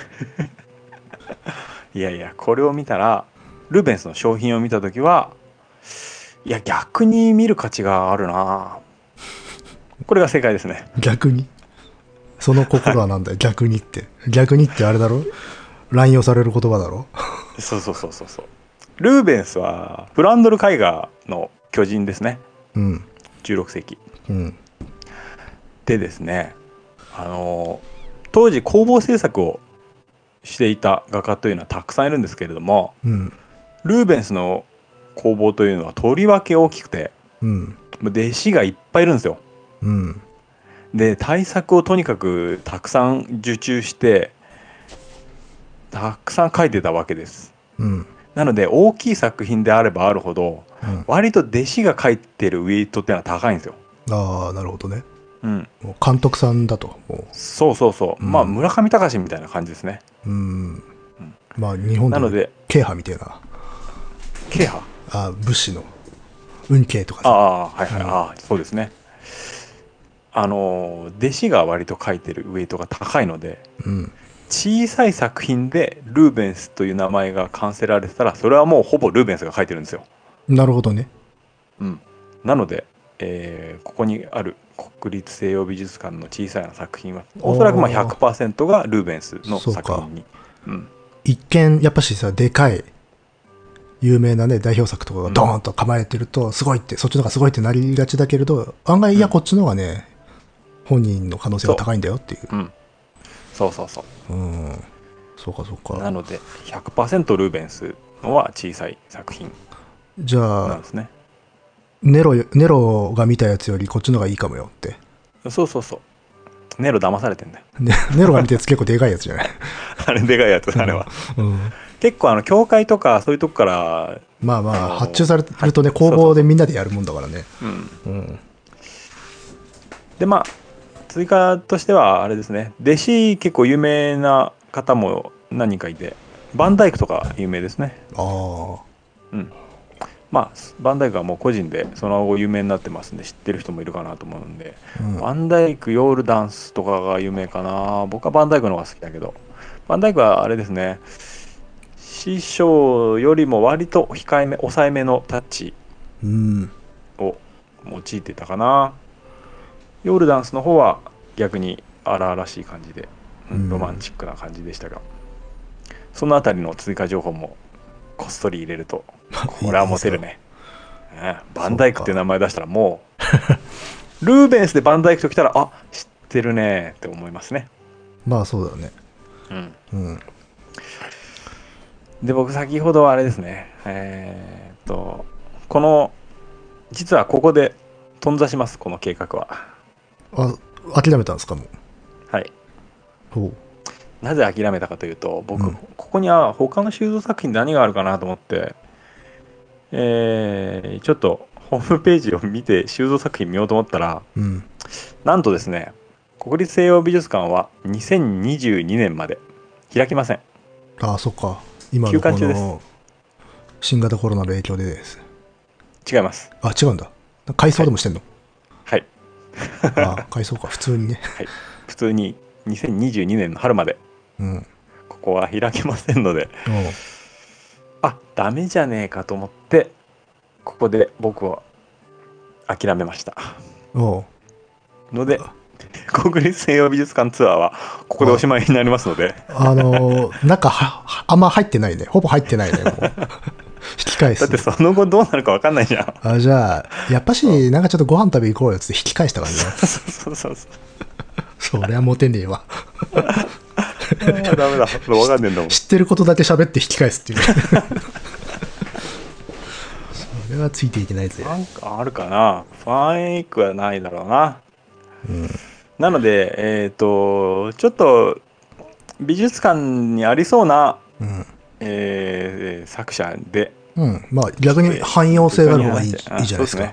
いやいや、これを見たら、ルーベンスの商品を見たときは、いや、逆に見る価値があるな。これが正解ですね。 逆にその心はなんだよ、逆にって。逆にってあれだろ？乱用される言葉だろ？ そうそうそうそうそう。ルーベンスはフランドル絵画の巨人ですね。 うん。 16世紀。 うん。 でですね、当時工房制作をしていた画家というのはたくさんいるんですけれども、 うん。 ルーベンスの工房というのはとりわけ大きくて、 うん。 弟子がいっぱいいるんですよ。 うん。 で、大作をとにかくたくさん受注してたくさん描いてたわけです。 うん。 なので大きい作品であればあるほど、 うん。 割と弟子が描いてるウェイトっていうのは高いんですよ。 ああ、なるほどね。 うん、 もう監督さんだと。もそうそうそう、 うん、 まあ村上隆みたいな感じですね。 うん。まあ日本でなので慶派みたいな。 慶派、 武士の運慶とかさ。 ああはいはい、 うん、 ああそうですね。弟子が割と描いてるウェイトが高いので、 うん。 小さい作品でルーベンスという名前が冠せられてたら、それはもうほぼルーベンスが描いてるんですよ。 なるほどね。 うん、なので、ここにある国立西洋美術館の小さいな作品はおそらくまあ 100% がルーベンスの作品に、うん、 一見やっぱしさ、でかい有名なね代表作とかがドーンと構えてるとすごいって、そっちの方がすごいってなりがちだけれど、案外いやこっちの方がね、本人の可能性が高いんだよっていう。 うん、そうそうそう。 そうかそうか。 なので 100% ルーベンスのは小さい作品じゃあなんですね。 ネロが見たやつよりこっちの方がいいかもよって。 そうそうそう。ネロ騙されてんだよ。 ネロが見たやつ結構でかいやつじゃない？ あれでかいやつ、あれは。 うん。 結構教会とかそういうとこからまあまあ発注されるとね、工房でみんなでやるもんだからね。 うん。 うん。 でまあ追加としてはあれですね、弟子結構有名な方も何人かいて、バンダイクとか有名ですね。 ああ。 うん。 まあバンダイクはもう個人でその後有名になってますんで知ってる人もいるかなと思うんで、バンダイク、ヨールダンスとかが有名かな。僕はバンダイクの方が好きだけど、バンダイクはあれですね、師匠よりも割と控えめ抑えめのタッチを用いてたかな。ヨールダンスの方は逆に荒々しい感じで、ロマンチックな感じでしたが、そのあたりの追加情報もこっそり入れるとこれはモテるね。バンダイクっていう名前出したらもうルーベンスでバンダイクときたら、あ、知ってるねって思いますね。 まあそうだね。 で、僕先ほどあれですね、この実はここで頓挫します、この計画は。 諦めたんですか、もう。 はい。 ほう。なぜ諦めたかというと、僕、ここには他の修造作品何があるかなと思って、ちょっとホームページを見て修造作品見ようと思ったら、なんとですね、国立西洋美術館は2022年まで開きません。 そっか。今のこの新型コロナの影響でです。 違います。 違うんだ。改装でもしてんの？ はい。 改装か、普通にね。 はい。普通に2022年の春まで、ここは開けませんので、ダメじゃねえかと思って、ここで僕は諦めました。ので、国立西洋美術館ツアーはここでおしまいになりますので、 中あんま入ってないね。ほぼ入ってないね。もう引き返す。 だってその後どうなるか分かんないじゃん。 じゃあやっぱしなんかちょっとご飯食べ行こうよっつって引き返したからね。 そうそりゃモテねえわ。 ダメだ、分かんねえんだもん。 知ってることだけ喋って引き返すっていう。それはついていけないぜ。 なんかあるかな。ファンエイクはないだろうな。なので、ちょっと美術館にありそうな、作者で、 まあ逆に汎用性がある方がいいじゃないですか。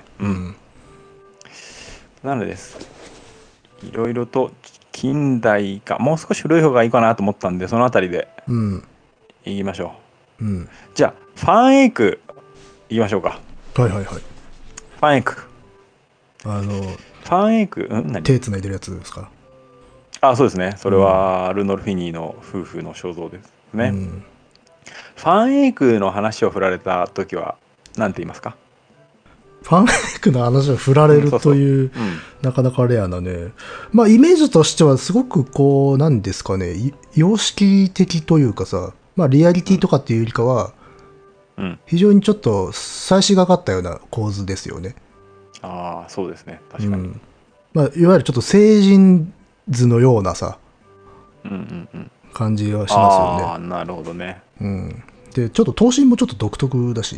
なのです。いろいろと近代かもう少し古い方がいいかなと思ったんで、そのあたりで言いましょう。じゃあファンエイク言いましょうか。ファンエイク。ファンエイク、 手つないでるやつですか？ そうですね。それはルノルフィニーの夫婦の肖像ですね。ファンエイクの話を振られた時は何て言いますか？ ファンエイクの話を振られるという、なかなかレアなね。まあイメージとしてはすごくこうなんですかね、様式的というかさ、まあリアリティとかっていうよりかは、非常にちょっと最初がかったような構図ですよね。 そうですね、確かに。 まあ、いわゆるちょっと成人図のようなさ、感じがしますよね。 なるほどね。 でちょっと頭身もちょっと独特だし、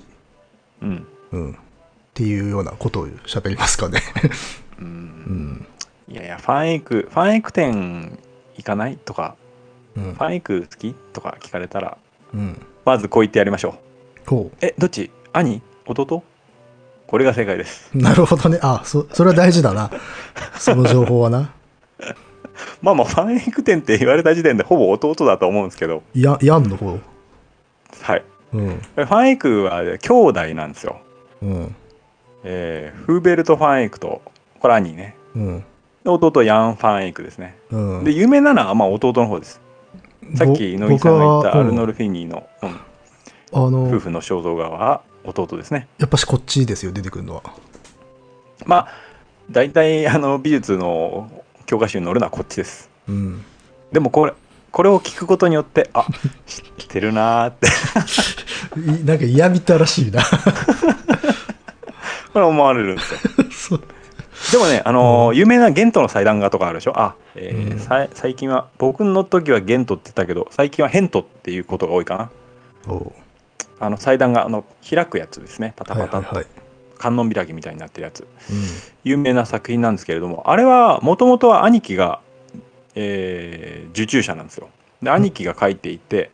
っていうようなことを喋りますかね。 いやファンエイク店行かないとか、ファンエイク好きとか聞かれたら、まずこう言ってやりましょう。どっち？兄？弟？これが正解です。 なるほどね。それは大事だな。その情報はな。 まあファンエイク店って言われた時点でほぼ弟だと思うんですけど。 ヤンの方。 はい。ファンエイクは兄弟なんですよ。フーベルト・ファンエイクと、これ兄ね。弟ヤン・ファンエイクですね。で有名なのは弟の方です。さっき乃木さんが言ったアルノルフィニーの夫婦の肖像画は弟ですね。 やっぱしこっちですよ、出てくるのは。 まあ大体美術の教科書に載るのはこっちです。でもこれを聞くことによって知ってるなーってなんか嫌みたらしいな。 これ思われるんですよ。でもね、有名なゲントの祭壇画とかあるでしょ。最近は僕の時はゲントって言ったけど、最近はヘントっていうことが多いかな。祭壇画開くやつですね。パタパタッと観音開きみたいになってるやつ、有名な作品なんですけれども、あれはもともとは兄貴が、受注者なんですよ。で兄貴が描いていて、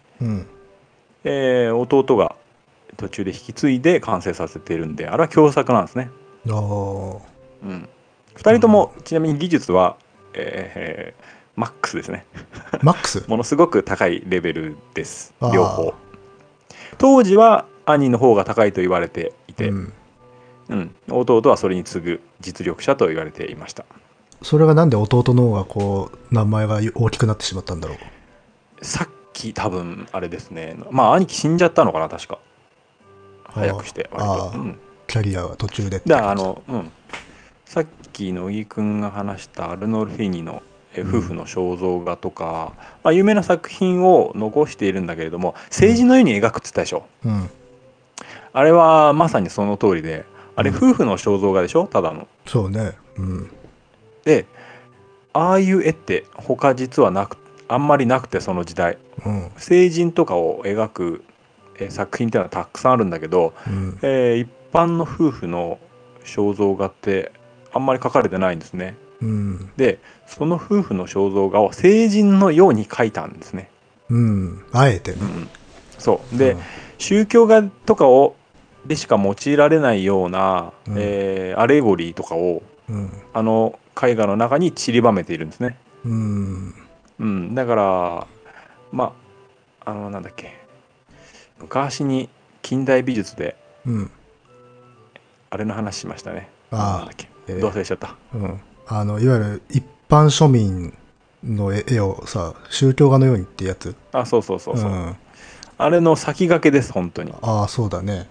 弟が途中で引き継いで完成させているんで、あれは共作なんですね。2人ともちなみに技術は、マックスですね。 マックスものすごく高いレベルです、両方。当時は兄の方が高いと言われていて、弟はそれに次ぐ実力者と言われていました。 それがなんで弟の方がこう名前が大きくなってしまったんだろう。 さっき多分あれですね、まあ兄貴死んじゃったのかな確か、早くして割と。 キャリアが途中でってださっき乃木くんが話したアルノルフィーニの夫婦の肖像画とか、まあ、有名な作品を残しているんだけれども、政治のように描くって言ったでしょ、あれはまさにその通りで、あれ夫婦の肖像画でしょ、ただの。 そうね。 で、ああいう絵って他実はあんまりなくて、その時代、成人とかを描く作品っていうのはたくさんあるんだけど、一般の夫婦の肖像画ってあんまり描かれてないんですね。でその夫婦の肖像画を成人のように描いたんですね。 あえてね。 そうで、宗教画とかでしか用いられないような、アレゴリーとかを、あの絵画の中に散りばめているんですね。だからまあなんだっけ、昔に近代美術で、あれの話しましたね。なんだっけ、どう忘れちゃった。 いわゆる一般庶民の絵をさ、宗教画のようにってやつ。 そうそう、あれの先駆けです本当に。 そうだね。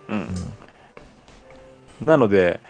なので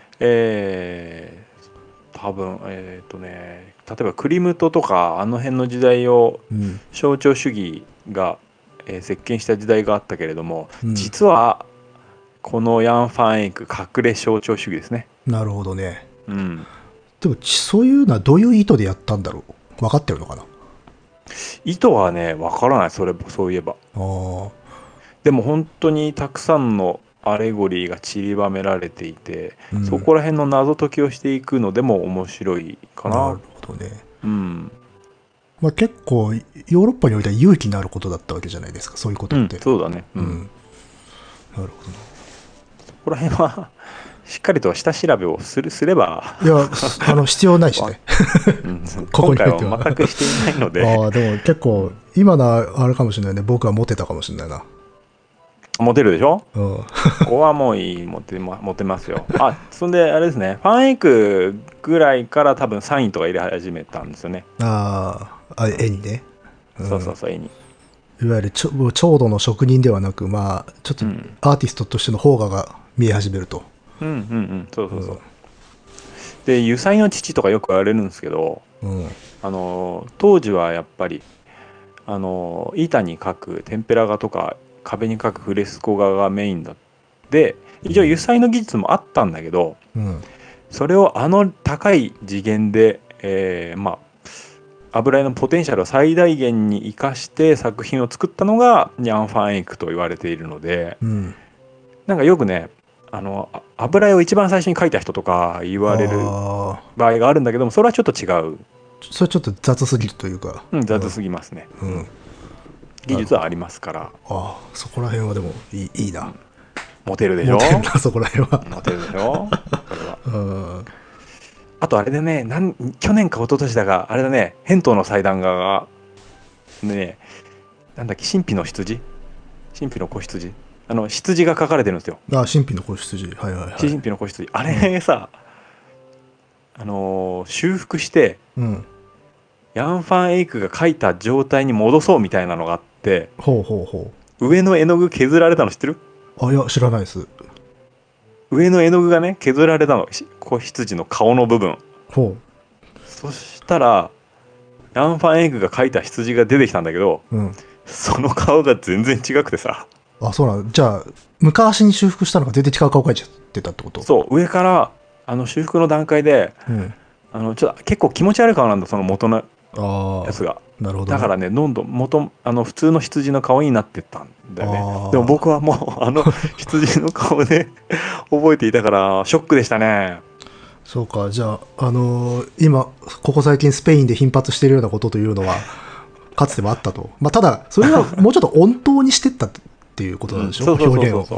多分例えばクリムトとかあの辺の時代を象徴主義が、席巻した時代があったけれども、実はこのヤン・ファン・エイク隠れ象徴主義ですね。 なるほどね。でもそういうのはどういう意図でやったんだろう、分かってるのかな。 意図はね分からない。そういえば。でも本当にたくさんのアレゴリーが散りばめられていて、そこら辺の謎解きをしていくのでも面白いかな。 なるほどね。まあ、結構ヨーロッパにおいては勇気のあることだったわけじゃないですか、そういうことって。 そうだね。なるほど。そこら辺はしっかりと下調べをすれば、 いや必要ないしね今回は全くしていないのででも結構今のあれかもしれないね。僕はモテたかもしれないな。 モテるでしょ。ここはもういい、モテますよ。そんであれですね、ファンエイクぐらいから多分サインとか入れ始めたんですよね。 絵にね。 そう絵に。 いわゆる調度の職人ではなく、まあちょっとアーティストとしての方が見え始めると。 そう。で油彩の父とかよく言われるんですけど、当時はやっぱり板に描くテンペラ画とか壁に描くフレスコ画がメインだって、一応油彩の技術もあったんだけど、それを高い次元で、油絵のポテンシャルを最大限に生かして作品を作ったのがヤン・ファン・エイクと言われているので、なんかよくね、油絵を一番最初に描いた人とか言われる場合があるんだけども、それはちょっと違う。 それちょっと雑すぎるというか。 雑すぎますね。技術はありますから。 そこら辺はでもいいな。 モテるでしょ。 モテるな、そこら辺は。 モテるでしょ。これは。あとあれでね、去年か一昨年だが、あれだね、扁桃の祭壇画がね、なんだっけ、神秘の子羊、羊が描かれてるんですよ。 神秘の子羊。 神秘の子羊、あれさ、修復して、ヤン・ファン・エイクが描いた状態に戻そうみたいなのがあって、上の絵の具削られたの知ってる？ いや知らないです。 上の絵の具がね削られたの、子羊の顔の部分。そしたらヤン・ファン・エイクが描いた羊が出てきたんだけど、その顔が全然違くてさ。 そうなの。じゃあ昔に修復したのが全然違う顔描いちゃってたってこと？ そう、上から修復の段階で、ちょっと結構気持ち悪い顔なんだ、その元のやつが。 なるほど、 だからね、どんどん普通の羊の顔になってったんだよね。でも僕はもう羊の顔で覚えていたからショックでしたね。 そうか。じゃあ今ここ最近スペインで頻発しているようなことというのはかつてもあったと。ただそれはもうちょっと温当にしてったっていうことなんでしょ、表現を。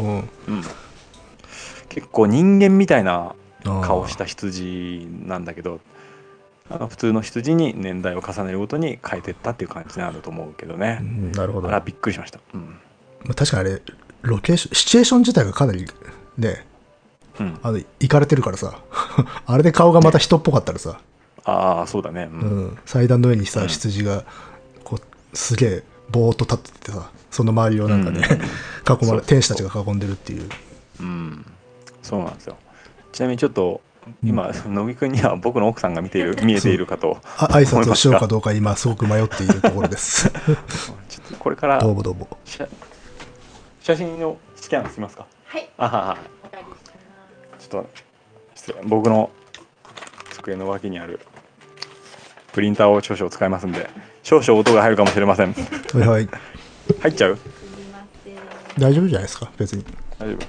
結構人間みたいな顔した羊なんだけど、普通の羊に年代を重ねるごとに変えてったっていう感じなんだと思うけどね。 なるほど。 びっくりしました。 確かにあれシチュエーション自体がかなりね、 うん、 イかれてるからさあれで顔がまた人っぽかったらさ、 ああそうだね、うんうん、祭壇の上にさ、 うん羊がこうすげえぼーっと立っててさ、その周りをなんかね、囲まれ天使たちが囲んでるっていう。 うん、そうなんですよ。ちなみにちょっとうん今、乃木くんには僕の奥さんが見えているかと挨拶をしようか思いますが、 どうか今すごく迷っているところですちょっとこれからどうもどうも。 写真のスキャンしますか。 はい。 あはは。ちょっと失礼、僕の机の脇にあるプリンターを少々使いますんで、少々音が入るかもしれません。 はいはい、 入っちゃう？ すみません。 大丈夫じゃないですか別に。 大丈夫？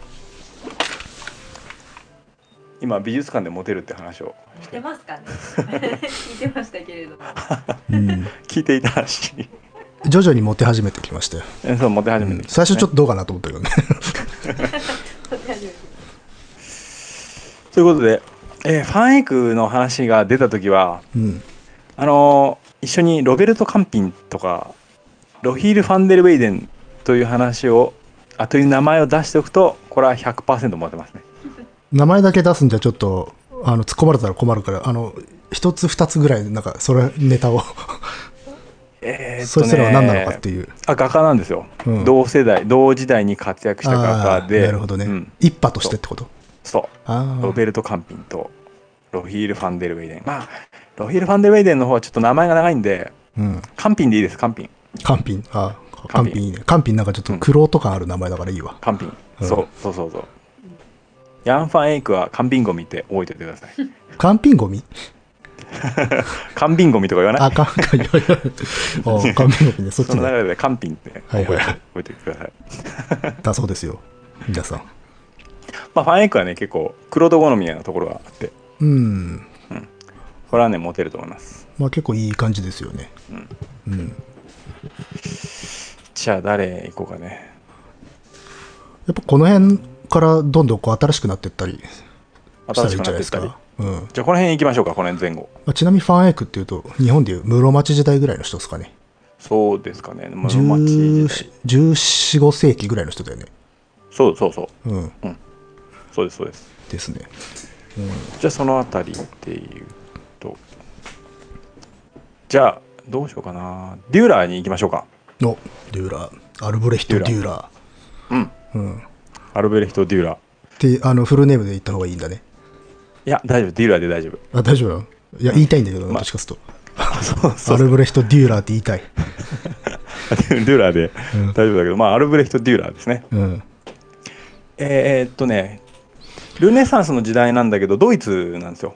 今美術館でモテるって話を似てますかね。聞いてましたけれども。 うん、 聞いていたし、 徐々にモテ始めてきましたよ、 そうモテ始めてきたね、 最初ちょっとどうかなと思ったけどねということで、ファンエイクの話が出た時は、 うん、 一緒にロベルト・カンピンとかロヒール・ファンデルウェイデンという話をという名前を出しておくと、これは 100% モテますね。 名前だけ出すんじゃちょっと突っ込まれたら困るから、一つ二つぐらいなんかそれネタをそいつらは何なのかっていう。 画家なんですよ、 うん、 同世代同時代に活躍した画家で。 なるほどね、 うん、 一派としてってこと。 そうロベルト・カンピンとロヒール・ファンデルウェイデン。まあロヒール・ファンデルウェイデンの方はちょっと名前が長いんで、 うん、 カンピンでいいです。カンピンカンピンいいね。カンピンなんかちょっとクロート感ある名前だからいいわ、 カンピン、 うん、 そうヤン・ファンエイクはカンビンゴミって覚えておいてください。 カンピンゴミカンビンゴミとか言わない？ カンピンゴミね、そっちそのね。 流れでカンピンって覚えておいてください。 だそうですよ皆さん。 まあファンエイクはね結構クロード好みなところがあって、 うん、 これはねモテると思います。 まあ結構いい感じですよね。うん、 じゃあ誰行こうかね。 やっぱこの辺からどんどんこう新しくなっていったりしたらいいんじゃないですか。 じゃあこの辺行きましょうか。この辺前後、 ちなみにファンエイクっていうと日本でいう室町時代ぐらいの人ですかね。 そうですかね。室町時代 14、15世紀ぐらいの人だよね。 そう、そうですですね。 じゃあそのあたりっていうと、じゃあどうしようかな。デューラーに行きましょうか。 デューラー、アルブレヒト・デューラー。 アルブレヒト・デューラーでフルネームで言った方がいいんだね。 いや大丈夫、デューラーで大丈夫。 大丈夫。いや言いたいんだけど、どっちかというとアルブレヒト・デューラーって言いたいデューラーで大丈夫だけど、アルブレヒト・デューラーですね。ルネサンスの時代なんだけどドイツなんですよ。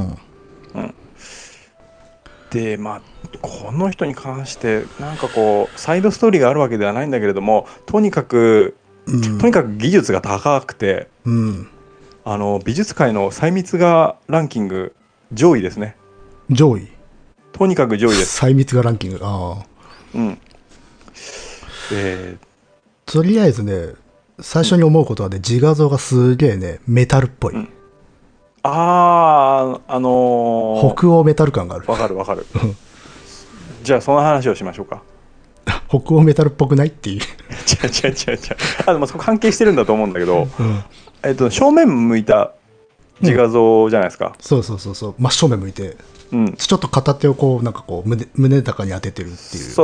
でこの人に関してなんかこうサイドストーリーがあるわけではないんだけれども、とにかく技術が高くて、美術界の細密画ランキング上位ですね。 上位、 とにかく上位です。 細密画ランキング。とりあえずね、最初に思うことはね、自画像がすげえねメタルっぽい。北欧メタル感がある。 わかるじゃあその話をしましょうか。 北欧メタルっぽくないっていう。 違うでもそこ関係してるんだと思うんだけど、正面向いた自画像じゃないですか。 そう真正面向いて、ちょっと片手をこうなんかこう胸高に当ててるっていう。 そう、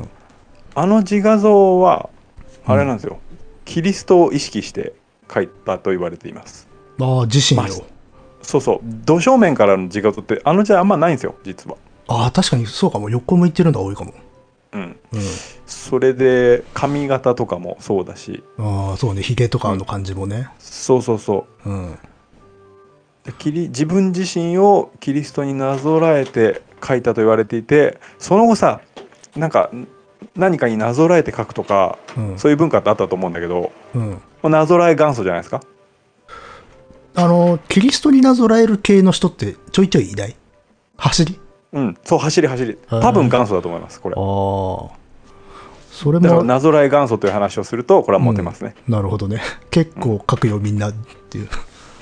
あの自画像はあれなんですよ、キリストを意識して描いたと言われています。 自身を、 土正面からの自画像ってあの時代あんまないんですよ実は。 確かにそうかも。横向いてるのが多いかも。 それで髪型とかもそうだし、 そうね、ヒゲとかの感じもね、 自分自身をキリストになぞらえて描いたと言われていて、その後さなんか何かになぞらえて描くとか、そういう文化ってあったと思うんだけど、なぞらえ元祖じゃないですか。 キリストになぞらえる系の人ってちょいちょいいない？走り？ そう、走り多分元祖だと思いますこれ。 それもだからなぞらえ元祖という話をするとこれはモテますね。 なるほどね。結構書くよみんなっていう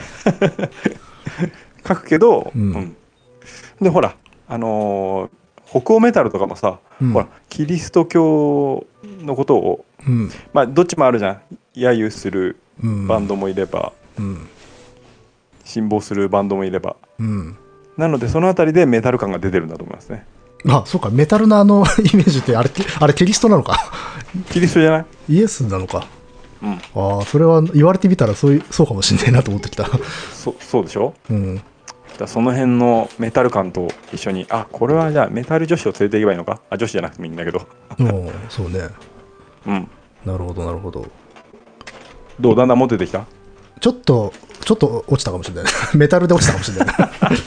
書くけど、でほら北欧メタルとかもさ、ほらキリスト教のことを、どっちもあるじゃん。揶揄するバンドもいれば、 うん辛抱するバンドもいれば、 うん。 なのでそのあたりでメタル感が出てるんだと思いますね。 あ、そうか、メタルのイメージってあれキリストなのか。 キリストじゃない？ イエスなのか。 うん。 ああ、それは言われてみたらそうかもしんないなと思ってきた。 そうでしょ？ うん。 だからその辺のメタル感と一緒に、あ、これはじゃあメタル女子を連れていけばいいのか？あ、女子じゃなくてもいいんだけど。 そうね。 うん。 なるほどなるほど。 どう？だんだん持っててきた？ ちょっと落ちたかもしれない。メタルで落ちたかもしれない。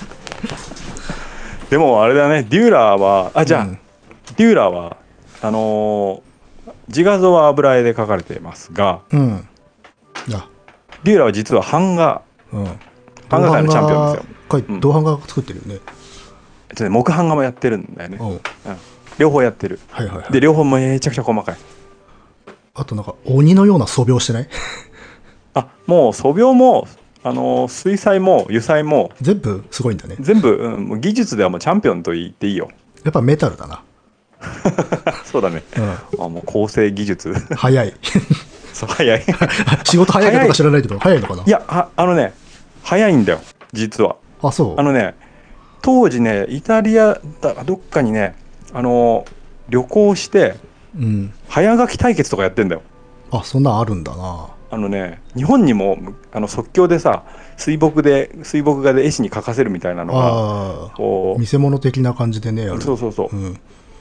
でもあれだね、デューラーは、じゃあ、 うん、 デューラーは自画像は油絵で描かれていますが、 うん。あ、 デューラーは実は版画界のチャンピオンですよ。 銅版画作ってるよね。 木版画もやってるんだよね。両方やってる。 はいはいはい。 で両方めちゃくちゃ細かい。 あとなんか鬼のような素描してない？ あ、もう素描も水彩も油彩も全部すごいんだね。 全部、もう技術ではもうチャンピオンと言っていいよ。 やっぱメタルだな。 そうだね。もう構成技術早い。 そう、早い。 仕事早いかとか知らないけど早いのかな。 いや、早いんだよ実は。 あ、そう。 当時ね、イタリアだどっかにね、旅行して、早書き対決とかやってんだよ。 あ、そんなんあるんだな。 日本にも即興でさ、水墨画で絵師に描かせるみたいなのがこう見せ物的な感じでね。 そう、デュ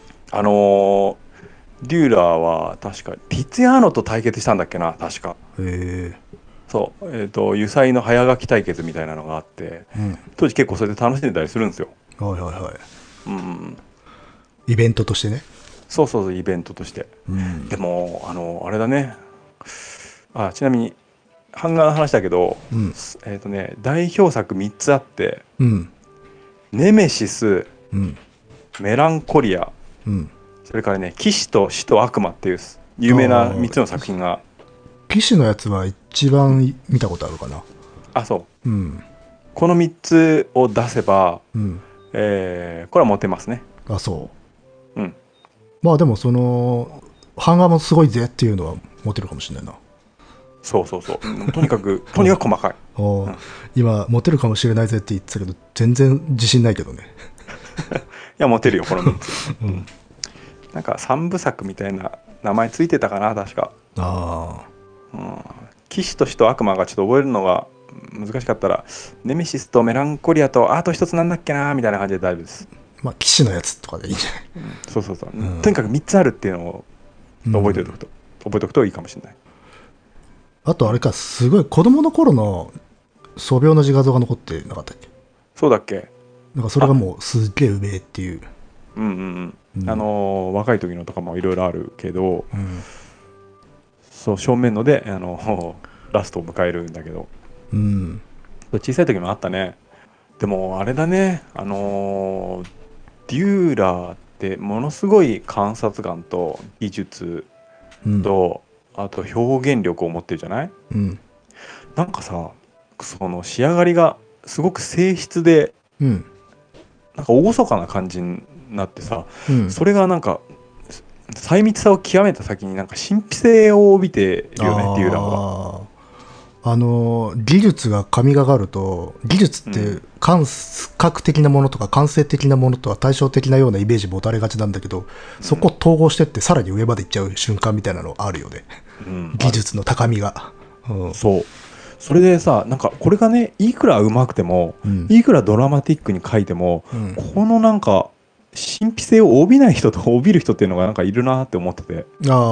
ーラーは確かティツィアーノと対決したんだっけな、確か。そう、油彩の早書き対決みたいなのがあって、当時結構それで楽しんでたりするんですよ。 はいはいはい。イベントとしてね。 そうイベントとして。でもあれだね。ちなみに版画の話だけど、代表作3つあって、ネメシス、メランコリア、それからね、騎士と死と悪魔っていう有名な3つの作品が。 騎士のやつは一番見たことあるかな。 あ、そう。この3つを出せば、これはモテますね。 あ、そう。まあでも版画もすごいぜっていうのはモテるかもしれないな。 そうとにかく細かい。 今モテるかもしれないぜって言ってたけど全然自信ないけどね。 いや、モテるよこの3つ。なんか3部作みたいな名前ついてたかな、確か。騎士と死と悪魔がちょっと覚えるのが難しかったら、ネメシスとメランコリアとあと一つなんだっけなみたいな感じで大丈夫です。 まあ騎士のやつとかでいいんじゃない？ そう、とにかく3つあるっていうのを覚えておくといいかもしれない。 あとあれか、すごい子供の頃の素描の自画像が残ってなかったっけ？ そうだっけ？ なんかそれがもうすっげえうめえっていう。 若い時のとかもいろいろあるけど、そう正面のでラストを迎えるんだけど、小さい時もあったね。でもあれだね、デューラーってものすごい観察眼と技術と、あと表現力を持ってるじゃない？なんかさ、その仕上がりがすごく静筆で、なんか厳かな感じになってさ、それがなんか細密さを極めた先になんか神秘性を帯びてるよね、デューラーは。 技術が神がかると、技術って感覚的なものとか感性的なものとは対照的なようなイメージ持たれがちなんだけど、そこを統合してってさらに上までいっちゃう瞬間みたいなのあるよね。技術の高みが。 そう。それでさ、なんかこれがね、いくら上手くても、いくらドラマティックに書いても、このなんか神秘性を帯びない人と帯びる人っていうのがなんかいるなって思ってて。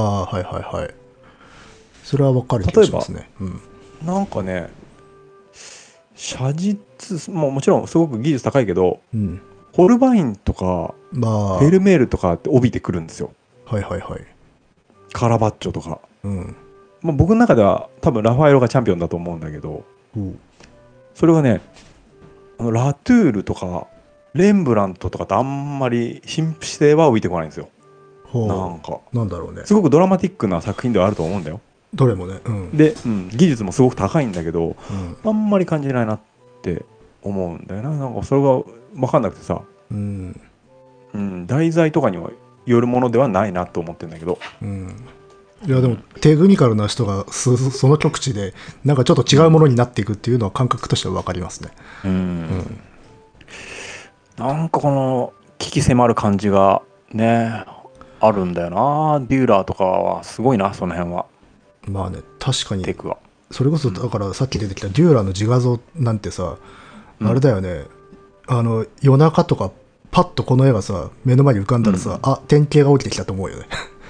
それは分かる気がしますね。 なんかね、写実もちろんすごく技術高いけど、ホルバインとか、フェルメールとかって帯びてくるんですよ。カラバッチョとか。僕の中では多分ラファエロがチャンピオンだと思うんだけど、それがね、ラトゥールとかレンブラントとかってあんまり神秘性は帯びてこないんですよ。 なんだろうね。 すごくドラマティックな作品ではあると思うんだよ。 どれもね。 で、技術もすごく高いんだけど、あんまり感じないなって思うんだよな。なんかそれが分かんなくてさ、題材とかにはよるものではないなと思ってるんだけど、 いやでもテクニカルな人がその極地でなんかちょっと違うものになっていくっていうのは感覚としては分かりますね。 なんかこの危機迫る感じがねあるんだよな。デューラーとかはすごいな、その辺は。 まあね、確かにテクはそれこそだからさっき出てきたデューラーの自画像なんてさ、あれだよね、夜中とかパッとこの絵がさ目の前に浮かんだらさ、あ、典型が起きてきたと思うよね。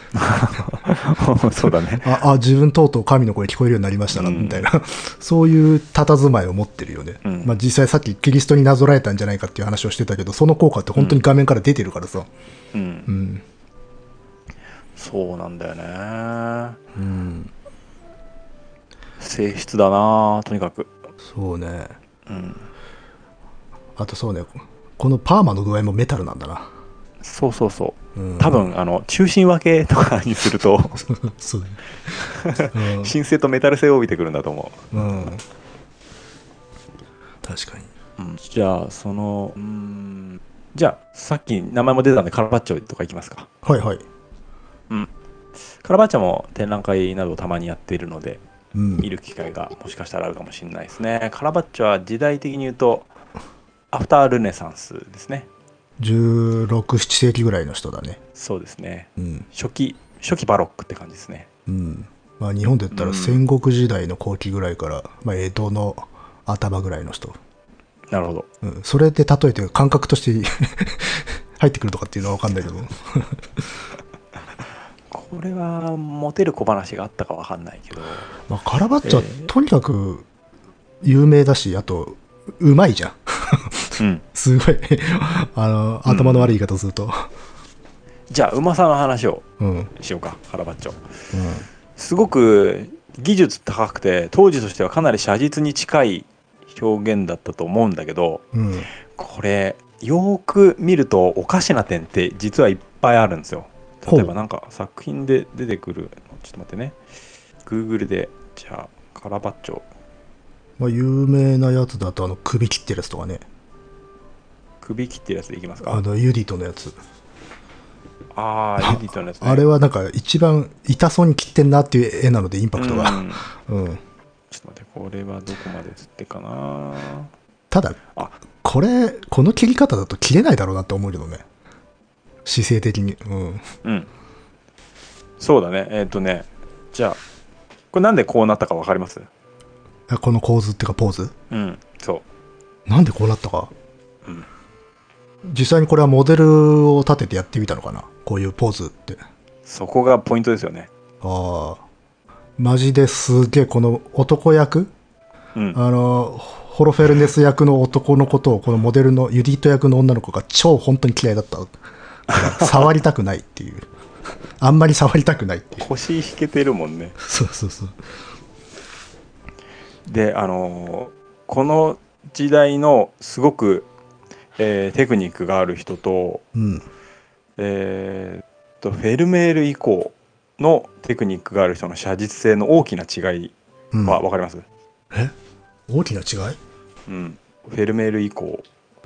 そうだね。 自分とうとう神の声聞こえるようになりましたな、みたいなそういう佇まいを持ってるよね。まあ実際さっきキリストになぞらえたんじゃないかっていう話をしてたけど、その効果って本当に画面から出てるからさ。 そうなんだよね。性質だな、とにかく。 そうね。あとそうね、このパーマの具合もメタルなんだな。 そうそうそう。多分中心分けとかにするとそうね。神聖とメタル性を帯びてくるんだと思う。 確かに。 じゃあじゃあさっき名前も出たんでカラバッチョとかいきますか。 はいはい。 カラバッチョも展覧会などをたまにやっているので、見る機会がもしかしたらあるかもしれないですね。カラバッチョは時代的に言うとアフタールネサンスですね。 16、7世紀ぐらいの人だね。 そうですね。初期バロックって感じですね。 まあ日本で言ったら戦国時代の後期ぐらいから、まあ、江戸の頭ぐらいの人。 なるほど。 それで例えて感覚として入ってくるとかっていうのは分かんないけどこれはモテる小話があったか分かんないけど、 まあ、カラバッチョはとにかく有名だし、あとうまいじゃんすごい頭の悪い言い方すると、 じゃあうまさの話をしようか。カラバッチョ、すごく技術高くて当時としてはかなり写実に近い表現だったと思うんだけど、これよく見るとおかしな点って実はいっぱいあるんですよ。例えばなんか作品で出てくる、ちょっと待ってね、 Google でじゃあカラバッチョ、 まあ、有名なやつだと首切ってるやつとかね。 首切ってるやつでいきますか。 ユディトのやつ。 ユディトのやつね。 あれはなんか一番痛そうに切ってんなっていう絵なのでインパクトが。ちょっと待って、これはどこまで映ってかな。 ただこの切り方だと切れないだろうなって思うけどね、姿勢的に。 そうだね。じゃあこれなんでこうなったか分かります？ この構図っていうかポーズ。 そうなんでこうなったか。実際にこれはモデルを立ててやってみたのかな、こういうポーズって。 そこがポイントですよね。 マジですげえこの男役、ホロフェルネス役の男のことをこのモデルのユディット役の女の子が超本当に嫌いだった触りたくないっていうあんまり触りたくないっていう。 腰引けてるもんね。 そうそうそう。 でこの時代のすごく、テクニックがある人と、フェルメール以降のテクニックがある人の写実性の大きな違いは分かります？ 大きな違い？ フェルメール以降。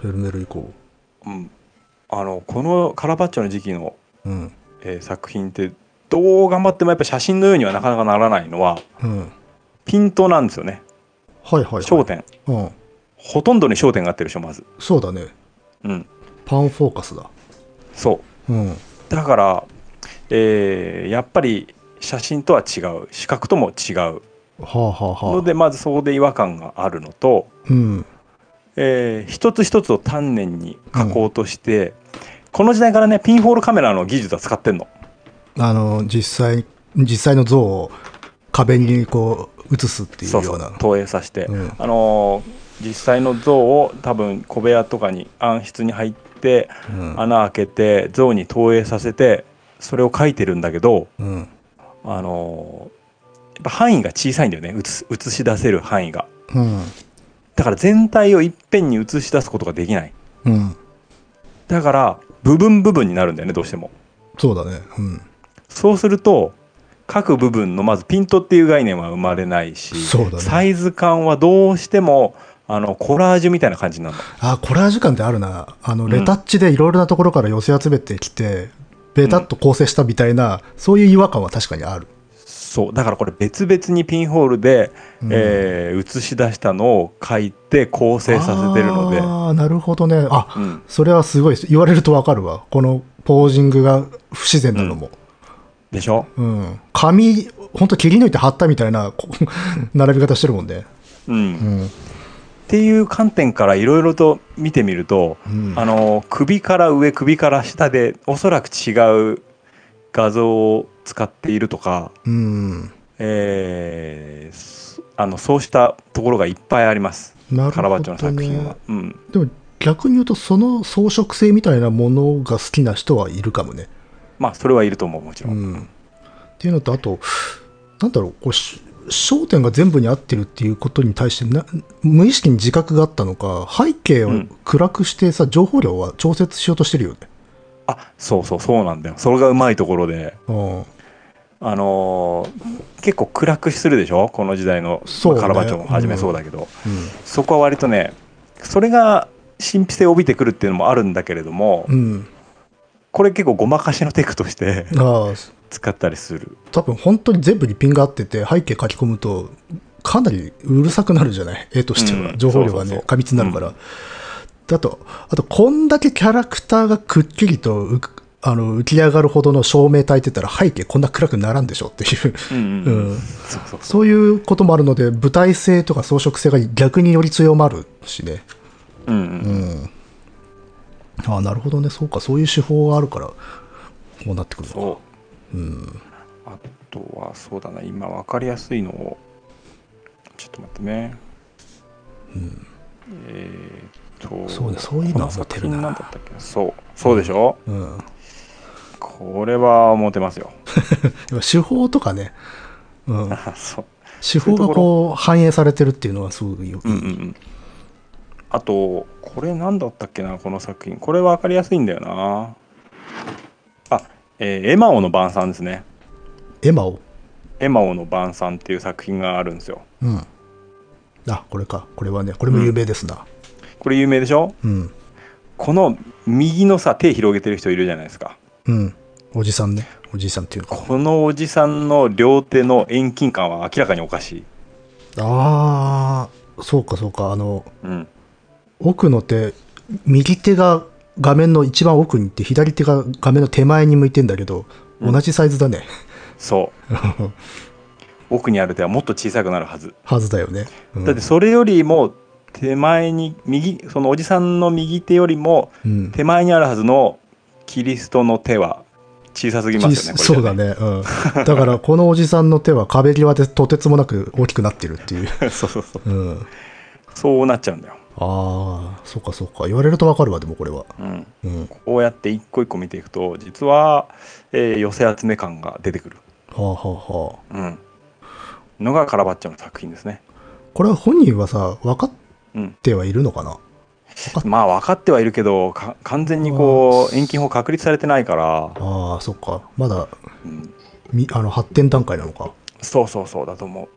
このカラバッチョの時期の、作品ってどう頑張ってもやっぱ写真のようにはなかなかならないのは、ピントなんですよね。焦点、ほとんどに焦点が合ってるでしょ、まず。 そうだね。パンフォーカスだ。 そう、だから、やっぱり写真とは違う、視覚とも違うので、まずそこで違和感があるのと、一つ一つを丹念に描こうとして、この時代からねピンホールカメラの技術は使ってんの。 実際の像を壁にこう映すっていうような。 投影させて、実際の像を多分小部屋とかに暗室に入って、穴開けて像に投影させてそれを描いてるんだけど、やっぱ範囲が小さいんだよね、映し出せる範囲が。だから全体をいっぺんに映し出すことができない。だから部分部分になるんだよね、どうしても。 そうだね。 そうすると各部分のまずピントっていう概念は生まれないし、サイズ感はどうしてもコラージュみたいな感じになるの。 コラージュ感ってあるな。レタッチでいろいろなところから寄せ集めてきてベタっと構成したみたいな、そういう違和感は確かにある。 そうだからこれ別々にピンホールで、映し出したのを書いて構成させてるので、 ああ、なるほどね。あ、 うんそれはすごい言われるとわかるわ。このポージングが不自然なのも。 でしょ、 うん。紙、ほんと切り抜いて貼ったみたいな並び方してるもんね。 うんっていう観点からいろいろと見てみると、首から上首から下でおそらく違う画像を使っているとか、そうしたところがいっぱいあります。 なるほどね。 カラバッチョの作品は。 でも逆に言うとその装飾性みたいなものが好きな人はいるかもね。 まあそれはいると思う、もちろん。 っていうのと、あとなんだろう、こう焦点が全部に合ってるっていうことに対して無意識に自覚があったのか、背景を暗くしてさ、情報量は調節しようとしてるよね。 そうなんだよ。それがうまいところで、結構暗くするでしょ、この時代の、カラバッチョもはじめそうだけど、そこは割とね、それが神秘性を帯びてくるっていうのもあるんだけれども、これ結構ごまかしのテクとして使ったりする。多分本当に全部にピンが合ってて背景書き込むとかなりうるさくなるじゃない、絵としては。情報量がね過密になるから。あとこんだけキャラクターがくっきりと浮き上がるほどの照明焚いてたら背景こんな暗くならんでしょっていうそういうこともあるので、舞台性とか装飾性が逆により強まるしね。ああ、なるほどね。そうか、そういう手法があるからこうなってくるのか。 あとはそうだな、今分かりやすいのをちょっと待ってね。 そうね、そういうのはモテるな。 何だったっけ。そうでしょ。これはモテますよ。 手法とかね、手法がこう反映されてるっていうのはすごいよ。 あとこれ何だったっけな、この作品。これ分かりやすいんだよな。エマオの晩餐ですね。エマオの晩餐っていう作品があるんですよ。 これか。これはね、これも有名ですな。 これ有名でしょ。この右のさ、手広げてる人いるじゃないですか。 おじさんね。おじさんっていうのか。 このおじさんの両手の遠近感は明らかにおかしい。 ああ、そうかそうか。奥の手、右手が画面の一番奥に行って左手が画面の手前に向いてんだけど、同じサイズだね。 そう奥にある手はもっと小さくなるはずだよね。 だってそれよりも手前にそのおじさんの右手よりも手前にあるはずのキリストの手は小さすぎますよね。 そうだね。だからこのおじさんの手は壁際でとてつもなく大きくなってるっていう。 そうなっちゃうんだよ。 ああ、そうかそうか。言われるとわかるわ。でもこれは、 こうやって一個一個見ていくと実は、寄せ集め感が出てくるのがカラバッチョの作品ですね。 これは本人はさ、分かってはいるのかな。 まあ分かってはいるけど完全にこう遠近法確立されてないから。 ああ、そっか。まだ、発展段階なのか。 そうだと思う。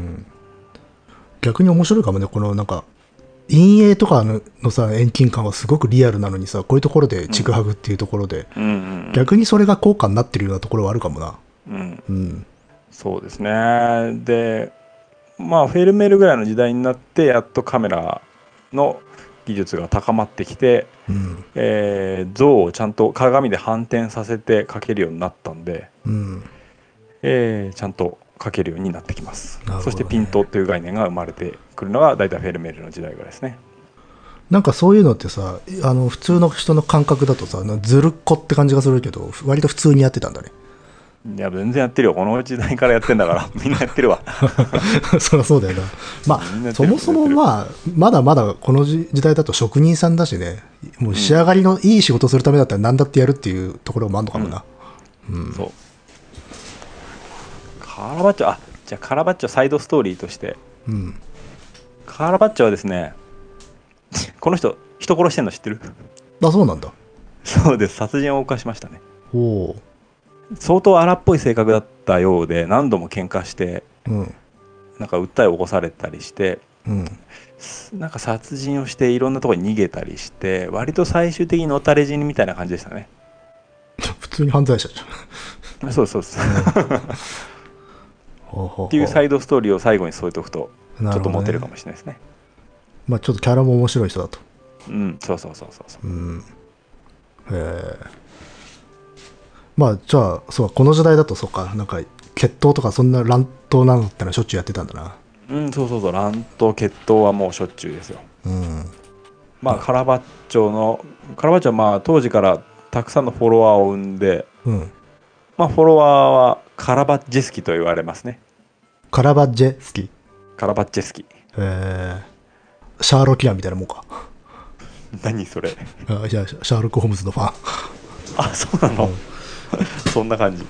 逆に面白いかもね。このなんか陰影とかのさ、遠近感はすごくリアルなのにさ、こういうところでちぐはぐっていうところで、逆にそれが効果になってるようなところはあるかもな。 そうですね。でまあフェルメールぐらいの時代になってやっとカメラの技術が高まってきて、像をちゃんと鏡で反転させて描けるようになったんで、ちゃんと描けるようになってきます。そしてピントという概念が生まれてくるのが大体フェルメールの時代ぐらいですね。 なんかそういうのってさ、普通の人の感覚だとさ、ずるっこって感じがするけど、割と普通にやってたんだね。 いや全然やってるよ。この時代からやってんだからみんなやってるわ。 そりゃそうだよな。まあそもそもまだまだこの時代だと職人さんだしね、もう仕上がりのいい仕事するためだったら何だってやるっていうところもあるのかもな。 そうカラバッチョ、じゃあカラバッチョサイドストーリーとして、カラバッチョはですね、この人殺してんの知ってる？ そうなんだ。 そうです。殺人を犯しましたね。 お相当荒っぽい性格だったようで、何度も喧嘩して、なんか訴えを起こされたりして、なんか殺人をしていろんなところに逃げたりして、割と最終的にのたれ死にみたいな感じでしたね。 普通に犯罪者じゃん。 そうですほうほうほうっていうサイドストーリーを最後に添えておくとちょっなるほどねとモテるかもしれないですね。 まあちょっとキャラも面白い人だと。 うん、そうそうそうそうそう。 うん。へえ。まあじゃあそうこの時代だとそうかなんか決闘とかそんな乱闘なんだったらしょっちゅうやってたんだな。 うん、そうそうそう、乱闘決闘はもうしょっちゅうですよ。 うん。 まあカラバッチョはまあ当時からたくさんのフォロワーを生んで、 うん。 まあフォロワーはカラバッジェスキと言われますね。 カラバッジェ好き。 カラバッジェスキ。 シャーロキアンみたいなもんか。 何それ。 あいやシャーロック・ホームズのファン。 あ、そうなの、 うんそんな感じ。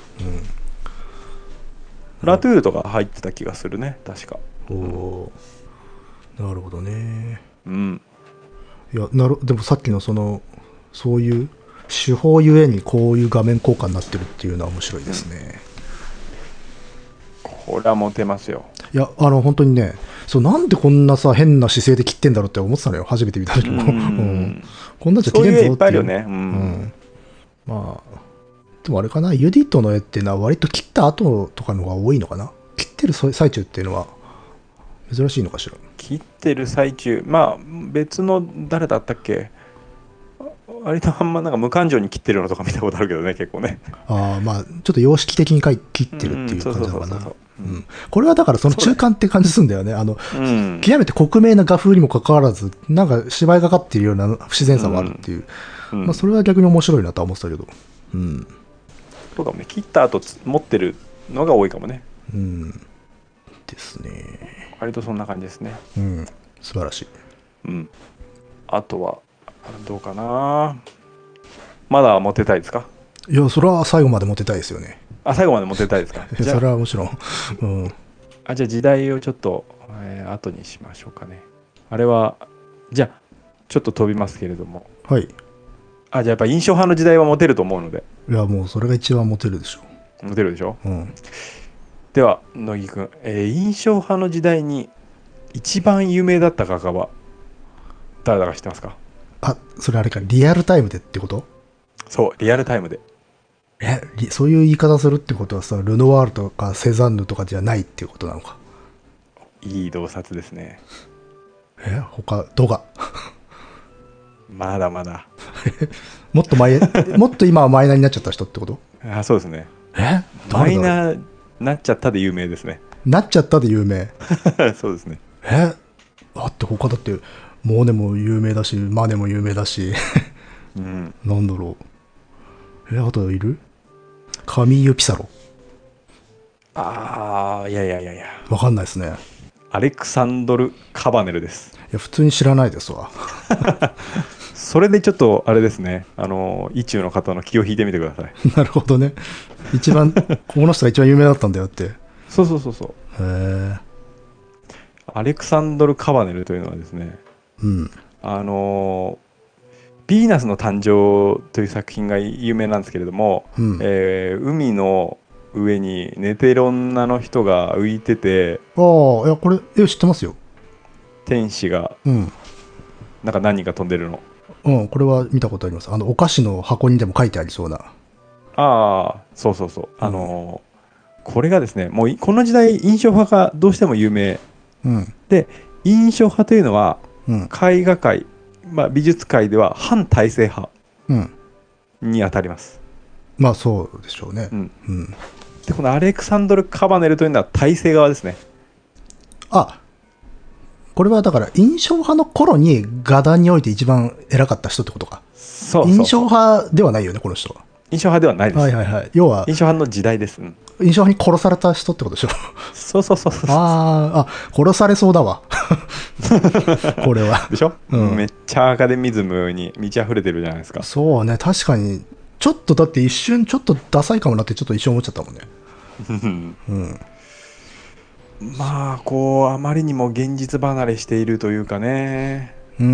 ラトゥールとか入ってた気がするね、確か。 おおー、なるほどね。 うん。 いやでもさっきのそういう手法ゆえにこういう画面交換になってるっていうのは面白いですね。 これはモテますよ。 いや本当にねなんでこんなさ変な姿勢で切ってんだろうって思ってたのよ初めて見た時も。うんこんなんじゃ切れんぞっていう。 そういう絵いっぱいあるよね。 まあでもあれかなユディットの絵っていうのは割と切った後とかの方が多いのかな。切ってる最中っていうのは珍しいのかしら。 切ってる最中、まあ別の誰だったっけ、割とあんまなんか無感情に切ってるのとか見たことあるけどね、結構ね。 ああまあちょっと様式的に切ってるっていう感じなのかな。これはだからその中間って感じするんだよね。極めて克明な画風にもかかわらずなんか芝居がかっているような不自然さもあるっていう、まあそれは逆に面白いなとは思ってたけど。 そうかもね、切った後持ってるのが多いかもね。 ですね。 割とそんな感じですね。 素晴らしい。 あとはどうかな。まだモテたいですか。 いやそれは最後までモテたいですよね。 あ、最後までモテたいですか。 それはもちろん。 じゃあ時代をちょっと、後にしましょうかね。あれはじゃあちょっと飛びますけれども。 はい。 じゃあやっぱ印象派の時代はモテると思うので。 いやもうそれが一番モテるでしょ。 モテるでしょ。では乃木くん、印象派の時代に一番有名だった画家は誰だか知ってますか。 あ、それあれかリアルタイムでってこと。 そうリアルタイムで。 そういう言い方するってことはさルノワールとかセザンヌとかじゃないっていうことなのか。 いい洞察ですね。 他ドガまだまだもっと今はマイナーになっちゃった人ってこと。 そうですね。マイナーなっちゃったで有名ですね。 なっちゃったで有名そうですね。 って他だってモネも有名だしマネも有名だしなんだろう。あといるカミーユ・ピサロ。 いやわかんないですね。 アレクサンドル・カバネルです。 いや普通に知らないですわそれでちょっとあれですね、意中の方の気を引いてみてくださいなるほどね。一番この人が一番有名だったんだよって。 そうアレクサンドル・カバネルというのはですね、ヴィーナスの誕生という作品が有名なんですけれども、海の上に寝てる女の人が浮いてて、 いやこれ知ってますよ。 天使がなんか何人か飛んでるの。 これは見たことあります。お菓子の箱にでも書いてありそうな。 そうこれがですね、もうこの時代印象派がどうしても有名、で印象派というのは、絵画界、美術界では反体制派にあたります。 まあそうでしょうね。 でこのアレクサンドル・カバネルというのは体制側ですね。 これはだから印象派の頃に画壇において一番偉かった人ってことか。印象派ではないよねこの人は。 印象派ではないです。 要は印象派の時代です。 印象派に殺された人ってことでしょ。 そう殺されそうだわこれはでしょ、めっちゃアカデミズムに満ち溢れてるじゃないですか。 そうね、確かにちょっとだって一瞬ちょっとダサいかもなってちょっと一瞬思っちゃったもんねあまりにも現実離れしているというかね。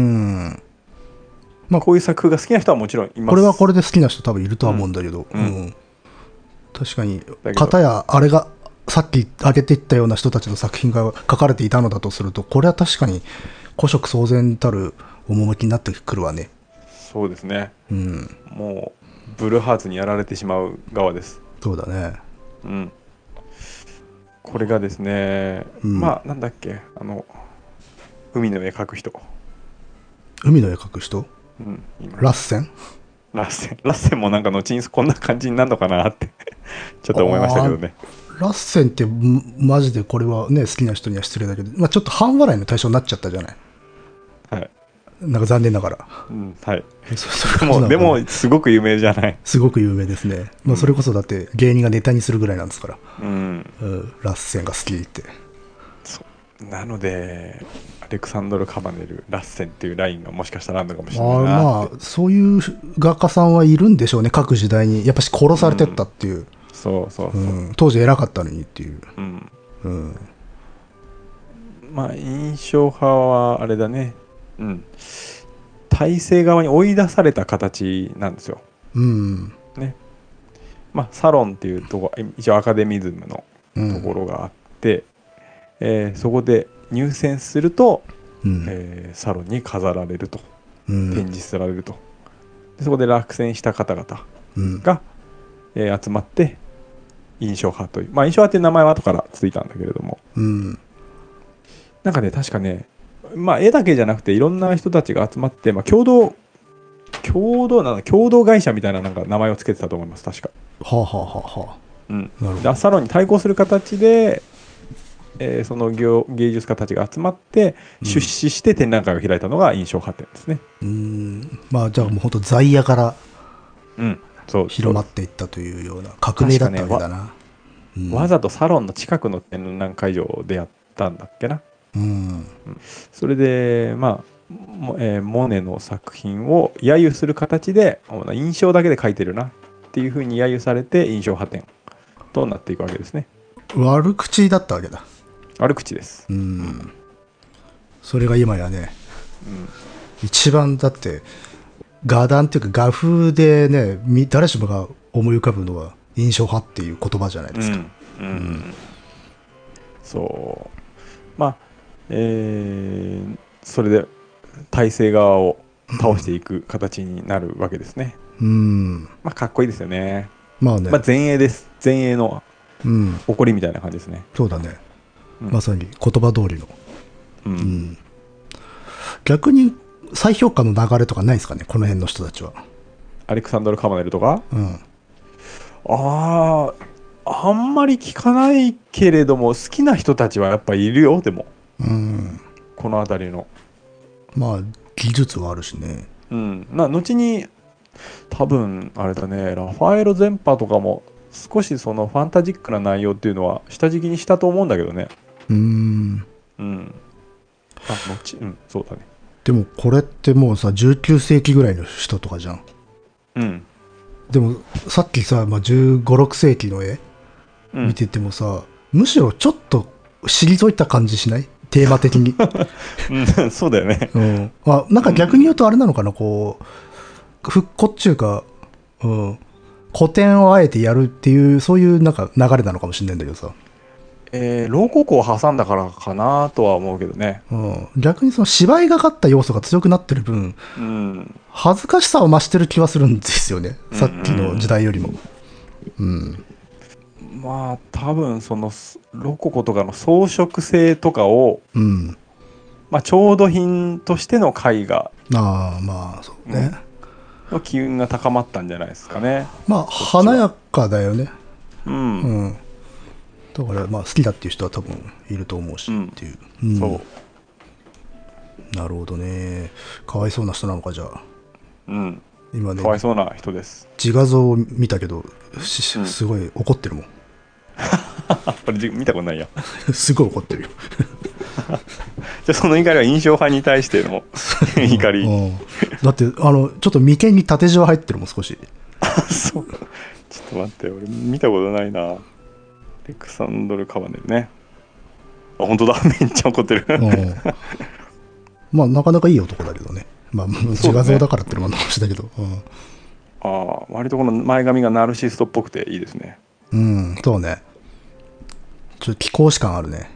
こういう作風が好きな人はもちろんいます。 これはこれで好きな人多分いるとは思うんだけど、確かに片やあれがさっき挙げていったような人たちの作品が書かれていたのだとすると、これは確かに古色蒼然たる趣になってくるわね。 そうですね、もうブルーハーツにやられてしまう側です。 そうだね。 これがですね、まあなんだっけ、海の絵描く人、 海の絵描く人、 今ラッセン。 ラッセンもなんか後にこんな感じになるのかなってちょっと思いましたけどね。 ラッセンってマジでこれはね好きな人には失礼だけど、まあ、ちょっと半笑いの対象になっちゃったじゃない。 はい。 なんか残念ながら。 はい。 そうでもすごく有名じゃない。 すごく有名ですね。まあそれこそだって芸人がネタにするぐらいなんですから。ラッセンが好きって。 なのでアレクサンドル・カバネル、ラッセンっていうラインがもしかしたらあるのかもしれないなって。 まあそういう画家さんはいるんでしょうね、各時代に。やっぱし殺されてったっていう。当時偉かったのにっていう。 まあ印象派はあれだね、体制側に追い出された形なんですよ。ね。まあサロンっていうとこ、一応アカデミズムのところがあって、そこで入選すると、サロンに飾られると、展示されると。でそこで落選した方々が、集まって印象派という、まあ印象派っていう名前は後からついたんだけれども、なんかね確かね、まあ絵だけじゃなくていろんな人たちが集まって、まあ、共同会社みたいななんか名前をつけてたと思います、確か。サロンに対抗する形で、その芸術家たちが集まって出資して展覧会を開いたのが印象派展ですね。 まあじゃあもう本当在野からそう広まっていったというような革命だったわけだな。 わざとサロンの近くの展覧会場でやったんだっけな。それでまあモネの作品を揶揄する形で印象だけで描いてるなっていうふうに揶揄されて印象派展となっていくわけですね。 悪口だったわけだ。 悪口です。 それが今やね、一番だって画壇っていうか画風でね、誰しもが思い浮かぶのは印象派っていう言葉じゃないですか。 そうまあそれで体制側を倒していく形になるわけですね。まあかっこいいですよね。まあ前衛です。前衛の誇りみたいな感じですね。 そうだね、まさに言葉通りの。逆に再評価の流れとかないですかね、この辺の人たちは。 アレクサンドル・カバネルとか、あんまり聞かないけれども好きな人たちはやっぱいるよ。でもこの辺りのまあ技術はあるしね。 後に多分あれだね、ラファエロ全般とかも少しそのファンタジックな内容っていうのは下敷きにしたと思うんだけどね。そうだね。 でもこれってもうさ19世紀ぐらいの人とかじゃん。でもさっきさ、15、6世紀の絵見ててもさ、むしろちょっと退いた感じしない？テーマ的に。 そうだよね。 なんか逆に言うとあれなのかな、こう復古っていうか、古典をあえてやるっていうそういうなんか流れなのかもしれないんだけどさ。 ロココを挟んだからかなとは思うけどね。 逆にその芝居がかった要素が強くなってる分、恥ずかしさを増してる気はするんですよね、さっきの時代よりも。 まあ多分そのロココとかの装飾性とかを、まあ調度品としての絵画まあそうね、 の機運が高まったんじゃないですかね。 まあ華やかだよね。だからまあ好きだっていう人は多分いると思うしっていう。なるほどね。かわいそうな人なのか、じゃあ。今ね、 かわいそうな人です。 自画像を見たけどすごい怒ってるもん。 これ見たことないや。 すごい怒ってるよ。 じゃあその怒りは印象派に対しての怒り。 だってちょっと眉間に縦じわ入ってるもん少し。 そう。ちょっと待って、俺見たことないな。アレクサンドル・カバネルね。本当だ、めっちゃ怒ってる。 まあなかなかいい男だけどね。まあ自画像だからってのもあるかもしれないけど。割とこの前髪がナルシストっぽくていいですね。 そうね。ちょっと貴公子感あるね。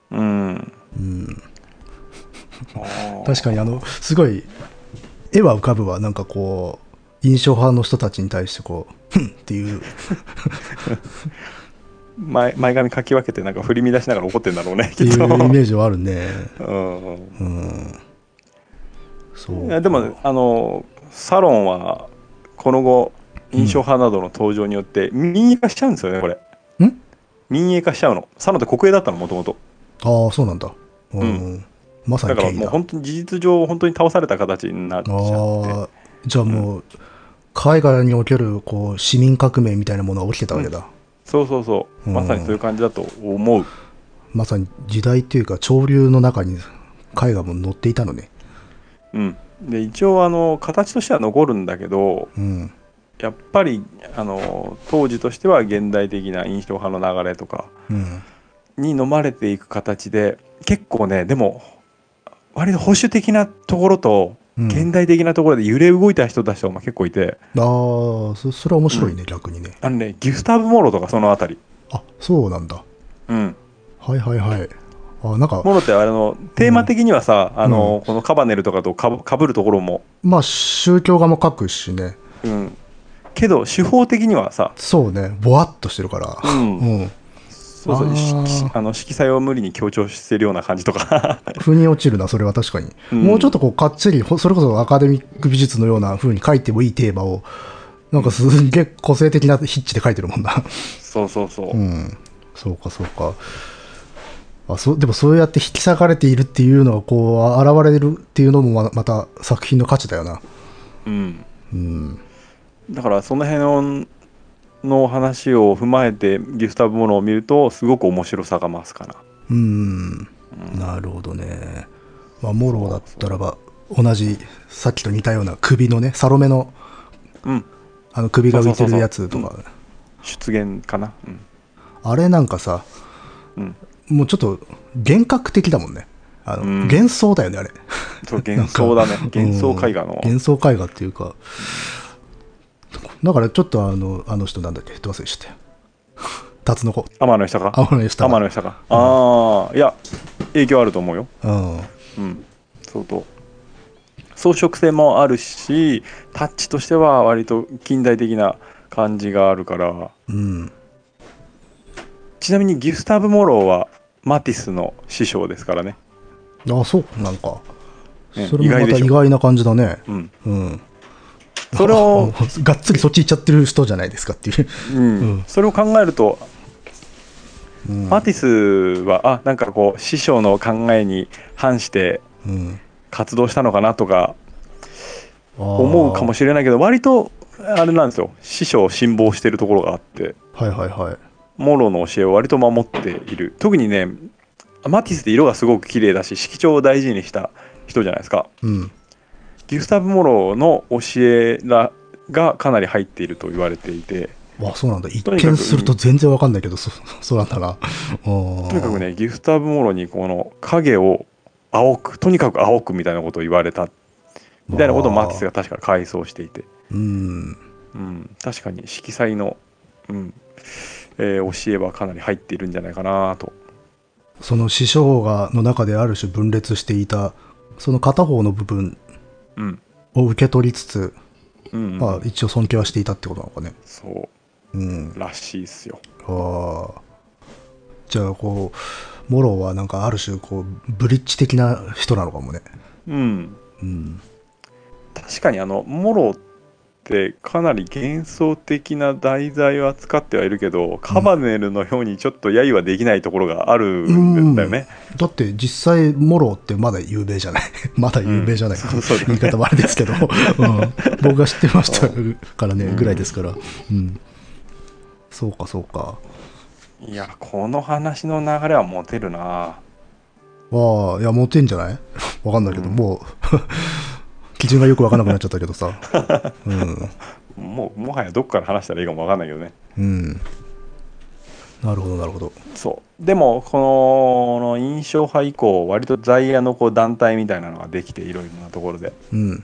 確かにすごい絵は浮かぶわ。なんかこう印象派の人たちに対してこうふんっていう前髪かき分けてなんか振り乱しながら怒ってんだろうねっていうイきっとメージはあるね。 うんうん。そういやでもサロンはこの後印象派などの登場によって民営化しちゃうんですよねこれ。 ん民営化しちゃうの。サロンって国営だったのもともと。 ああ、そうなんだ。うん。まさだからに権威だ。 もう本当に事実上本当に倒された形になっちゃって。 ああ、じゃあもう、海外におけるこう市民革命みたいなものが起きてたわけだ。 そうそうそう、まさにそういう感じだと思う。 まさに時代っていうか潮流の中に絵画も載っていたのね。 で一応形としては残るんだけど、やっぱり当時としては現代的な印象派の流れとかに飲まれていく形で、結構ねでも割と保守的なところと現代的なところで揺れ動いた人たちとかも結構いて、 ああ、それは面白いね、逆にね。 ギュスタブ・モロとかそのあたり。 あ、そうなんだ。はいはいはい。なんかモロってテーマ的にはさ、このカバネルとかとかぶるところもまあ宗教画も描くしね。 けど手法的にはさ、 そうね、ぼわっとしてるから。 そうそう、色彩を無理に強調してるような感じとか腑に落ちるな、それは確かに。もうちょっとこうかっちり、それこそアカデミック美術のような風に描いてもいいテーマをなんかすんげえ個性的な筆致で描いてるもんな。 そうそうそう、 そうかそうか。でもそうやって引き裂かれているっていうのがこう現れるっていうのもまた作品の価値だよな。 だからその辺の話を踏まえてギュスタブ・モロを見るとすごく面白さが増すかな。 なるほどね。モロだったらば同じさっきと似たような首のね、サロメの、首が浮いてるやつとか、 出現かな、 あれなんかさ、もうちょっと幻覚的だもんね。幻想だよね、あれ。 そう、幻想だね。幻想絵画の。 幻想絵画っていうか、だからちょっとあの人なんだっけ、忘れちゃったよ。辰野子。 天野下か。 天野下か。 天野下か。ああ、いや、影響あると思うよ。そうと。装飾性もあるし、タッチとしては割と近代的な感じがあるから。ちなみにギュスタブ・モローはマティスの師匠ですからね。 そうなんか。それもまた意外な感じだね。それをがっつりそっち行っちゃってる人じゃないですかっていう。 それを考えると、マティスはなんかこう師匠の考えに反して活動したのかなとか思うかもしれないけど、割とあれなんですよ、師匠を信望してるところがあって、モロの教えを割と守っている。特にね、マティスって色がすごく綺麗だし色調を大事にした人じゃないですか。ギュスタブ・モロの教えがかなり入っていると言われていて。 そうなんだ。一見すると全然わかんないけど、そうなんだな。 とにかくね、ギュスタブ・モロにこの影を青く、とにかく青くみたいなことを言われたみたいなことをマティスが確か回想していて、確かに色彩の、教えはかなり入っているんじゃないかなと。 その師匠の中である種分裂していたその片方の部分を受け取りつつ、一応尊敬はしていたってことなのかね。 そう、らしいっすよ。 じゃあこうモロはなんかある種こうブリッジ的な人なのかもね。 確かにモロってかなり幻想的な題材を扱ってはいるけど、カバネルのようにちょっと揶揄はできないところがあるんだよね。 だって実際モロってまだ有名じゃないまだ有名じゃない、言い方もあれですけど、僕が知ってましたからね、ぐらいですから。そうかそうか。 いや、この話の流れはモテるな。 いやモテんじゃないわかんないけど、もう基準がよく分からなくなっちゃったけどさ、 もはやどっから話したらいいかも分かんないけどね。 なるほどなるほど。 そうでもこの印象派以降割と在野のこう団体みたいなのができて、いろいろなところで、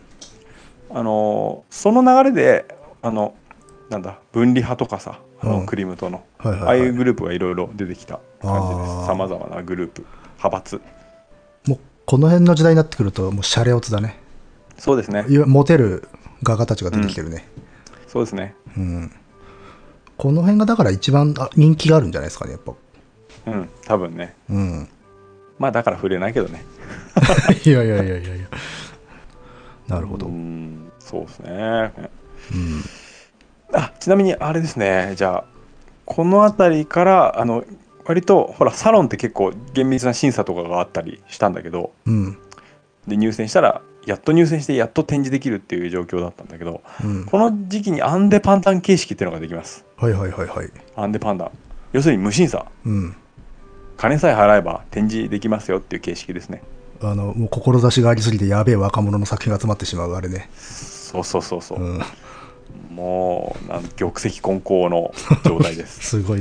その流れでなんだ分離派とかさ、クリムトのああいうグループがいろいろ出てきた感じです。さまざまなグループ、派閥。 もうこの辺の時代になってくるともうシャレオツだね。 そうですね。 モテる画家たちが出てきてるね。 そうですね。 この辺がだから一番人気があるんじゃないですかね、やっぱ。 多分ね。 うん。 まあだから触れないけどね。 いやいやいやいやいや。なるほど。 そうですね。 うん。 ちなみにあれですね。じゃあこの辺りから割とほらサロンって結構厳密な審査とかがあったりしたんだけど、 うん。 で入選したらやっと入選してやっと展示できるっていう状況だったんだけど、 うん。 この時期にアンデパンダン形式っていうのができます。 はいはいはいはい。 アンデパンダン、要するに無審査、 うん。 金さえ払えば展示できますよっていう形式ですね。 もう志がありすぎてやべえ若者の作品が集まってしまうあれね。 そうそうそうそう、 うん。 もう玉石混交の状態ですすごい。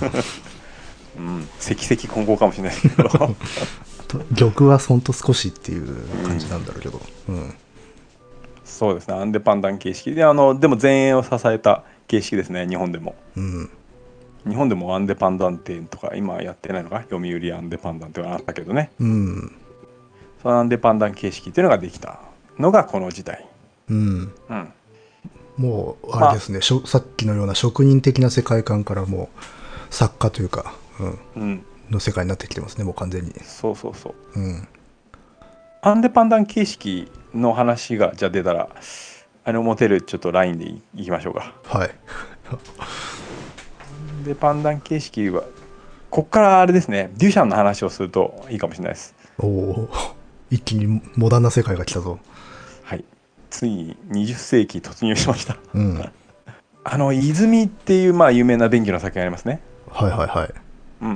石石混交かもしれないけど玉はほんと少しっていう感じなんだろうけど。 そうですね、アンデパンダン形式ででも前衛を支えた形式ですね。日本でもアンデパンダン展とか今やってないのか、読売アンデパンダンっていうのがあったけどね、そのアンデパンダン形式っていうのができたのがこの時代。 もうあれですね、さっきのような職人的な世界観からもう作家というか、の世界になってきてますね、もう完全に。 そうそうそう、アンデパンダン形式の話がじゃあ出たら持てるちょっとラインでいきましょうか。 はい。 でパンダン形式はこっからあれですね、デュシャンの話をするといいかもしれないです。 おお、一気にモダンな世界が来たぞ。 はい、ついに20世紀突入しました。泉っていう有名な便器の作品ありますね。 はいはいはい。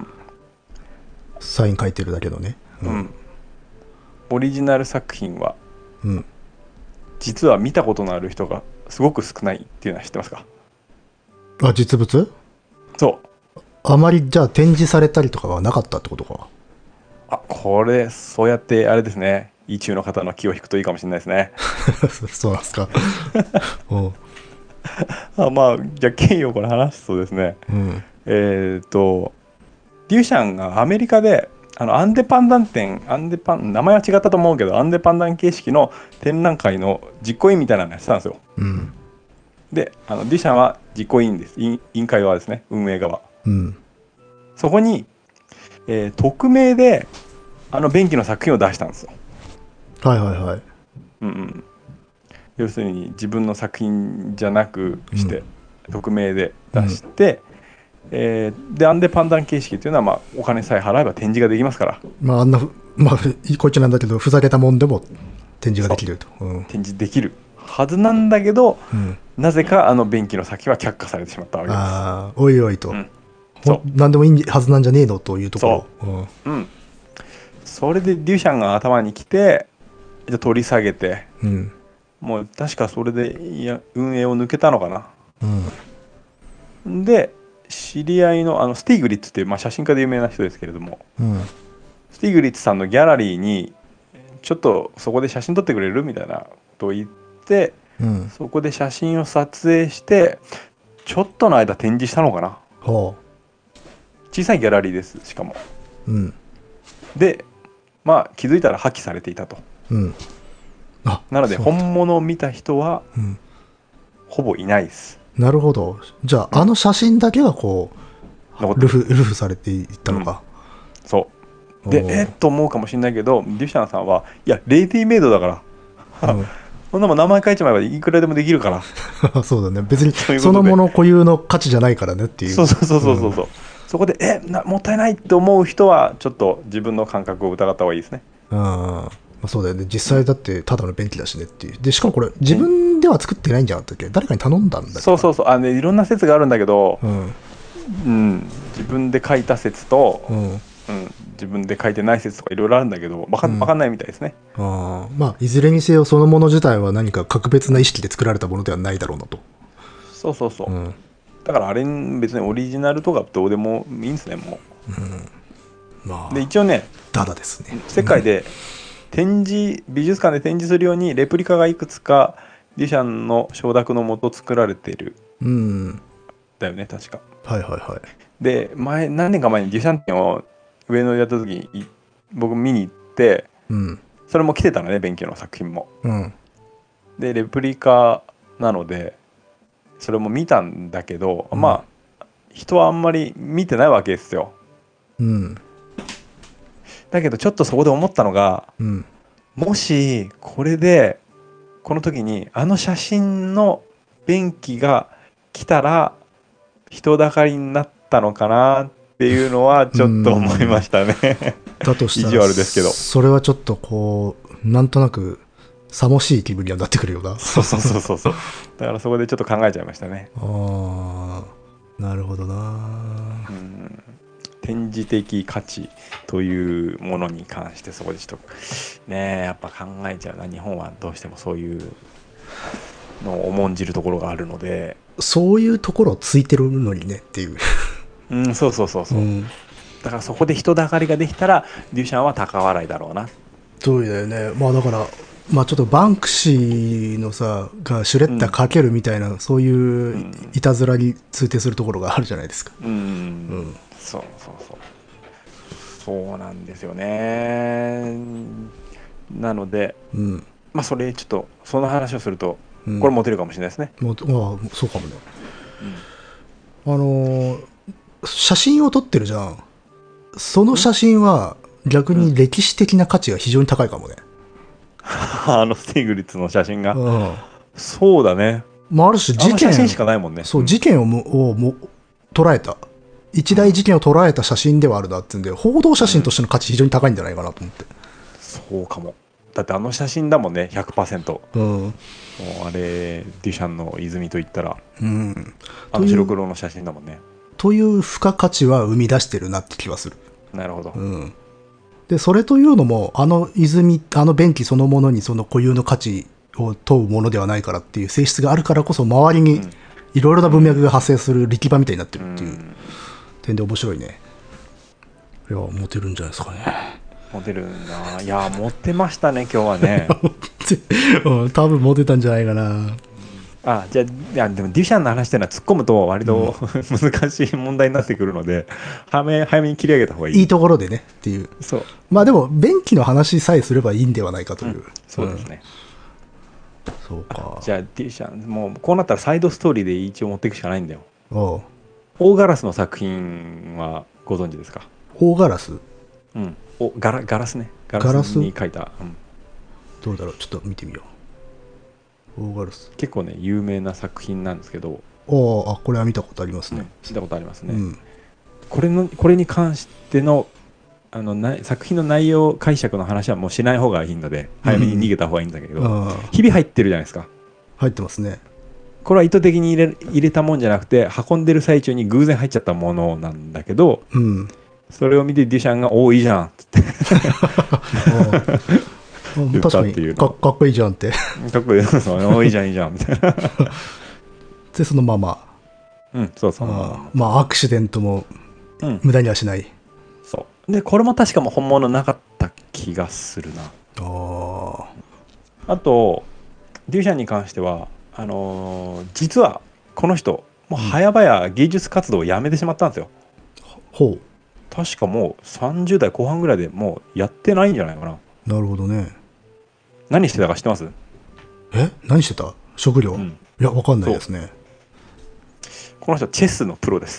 サイン書いてるだけのね。 オリジナル作品は、実は見たことのある人がすごく少ないっていうのは知ってますか？ 実物？ そう。 あまりじゃあ展示されたりとかはなかったってことか。 これそうやってあれですね、意中の方の気を引くといいかもしれないですね。 そうなんですか。 じゃあ経緯をこれ話すとですね、デュシャンがアメリカでアンデパンダン展、名前は違ったと思うけどアンデパンダン形式の展覧会の実行委員みたいなのやってたんですよ。でデュシャンは実行委員です。委員会側ですね、運営側。そこに、匿名で便器の作品を出したんですよ。 はいはいはい。 要するに自分の作品じゃなくして、匿名で出して、でアンデパンダン形式っていうのは、お金さえ払えば展示ができますから、 あんなこっちなんだけどふざけたもんでも展示ができると、 展示できるはずなんだけど、なぜか便器の先は却下されてしまったわけです。 おいおいと、何でもいいはずなんじゃねえのというところ。 それでデュシャンが頭に来て、じゃ取り下げて、もう確かそれで運営を抜けたのかな。で知り合いのスティグリッツっていう、写真家で有名な人ですけれども、スティグリッツさんのギャラリーにちょっとそこで写真撮ってくれるみたいなことを言って、そこで写真を撮影してちょっとの間展示したのかな。小さいギャラリーです、しかも。で気づいたら破棄されていたと。なので本物を見た人はほぼいないです。 なるほど。じゃあ写真だけがこうルフされていったのか。 そうでと思うかもしれないけど、デュシャンさんはいやレディメイドだから、そんなもん名前書いちまえばいくらでもできるからそうだね、別にそのもの固有の価値じゃないからねっていう。 そうそこでもったいないって思う人はちょっと自分の感覚を疑った方がいいですね。 そうだよね、実際だってただの便器だしねっていう。でしかもこれ自分では作ってないんじゃなかったっけ、誰かに頼んだんだっけ。 そういろんな説があるんだけど、自分で書いた説と、自分で書いてない説とかいろいろあるんだけど分かんないみたいですね。 いずれにせよそのもの自体は何か格別な意識で作られたものではないだろうなと。 だからあれ別にオリジナルとかどうでもいいんですね、もう。で一応ね、 ただですね、 世界で美術館で展示するようにレプリカがいくつかデュシャンの承諾のもと作られている、だよね確か。で何年か前にデュシャン展を上野でやった時に僕見に行って、それも来てたのね、便器の作品も。でレプリカなのでそれも見たんだけど、 人はあんまり見てないわけですよ。 うんだけどちょっとそこで思ったのが、 うんもしこれでこの時にあの写真の便器が来たら人だかりになったのかなっていうのはちょっと思いましたね。 だとしたら意地悪ですけど。 それはちょっとこうなんとなくさもしい気分にはなってくるような。 そうそうそうそうそう。だからそこでちょっと考えちゃいましたね。 ああ、なるほどな。 展示的価値というものに関してそこでちょっとねやっぱ考えちゃうな。日本はどうしてもそういうのを重んじるところがあるので。 そういうところをついてるのにねっていう。 そうそうそうそう。 うん、 だからそこで人だかりができたらデュシャンは高笑いだろうな。 そうだよね。まあだから、まあちょっとバンクシーのさ、がシュレッダーかけるみたいな、そういういたずらに通底するところがあるじゃないですか。 そうそうそう。そうなんですよね。なので、まあそれちょっとその話をすると、これモテるかもしれないですね。 ああ、そうかもね。写真を撮ってるじゃん。その写真は逆に歴史的な価値が非常に高いかもね。 スティグリッツの写真が。そうだね。 まあ、ある種事件、 写真しかないもんね。 そう、事件を捉えた。一大事件を捉えた写真ではあるなってんで、報道写真としての価値非常に高いんじゃないかなと思って。 そうかも。だってあの写真だもんね、100%。もうあれ、デュシャンの泉といったら、あの白黒の写真だもんね。 という付加価値は生み出してるなって気はする。 なるほど。 で、それというのも、あの泉、あの便器そのものにその固有の価値を問うものではないからっていう性質があるからこそ、周りにいろいろな文脈が発生する力場みたいになってるっていう点で面白いね。いや、モテるんじゃないですかね。 モテるな。いや、モテましたね、今日はね。 多分モテたんじゃないかな。 じゃあ、いやでもデュシャンの話っていうのは突っ込むと割と、難しい問題になってくるので、早めに切り上げた方がいい。 いいところでねっていう。 そう。 まあでも、便器の話さえすればいいんではないかという。 そうですね。 そうか。 じゃあ、デュシャン、もうこうなったらサイドストーリーで一応持っていくしかないんだよ。 大ガラスの作品はご存知ですか？ 大ガラス？ ガラスね。ガラスに書いた。 どうだろう、ちょっと見てみよう。大ガラス。 結構ね、有名な作品なんですけど。 これは見たことありますね。 見たことありますね。これに関しての作品の内容解釈の話はもうしない方がいいので、早めに逃げた方がいいんだけど、ひび入ってるじゃないですか。 入ってますね。 これは意図的に入れたもんじゃなくて、運んでる最中に偶然入っちゃったものなんだけど、それを見てデュシャンが「おおいいじゃん」って言ったっていうかっこいいじゃんってかっこいいおいいじゃんいいじゃんみたいなでそのままそうアクシデントも無駄にはしない、 そうでこれも確かも本物なかった気がするな。あとデュシャンに関しては実はこの人もう早々芸術活動をやめてしまったんですよ。確かもう30代後半ぐらいでもうやってないんじゃないかな。 なるほどね。 何してたか知ってます？ 何してた？職業？いや、わかんないですね。 この人チェスのプロです。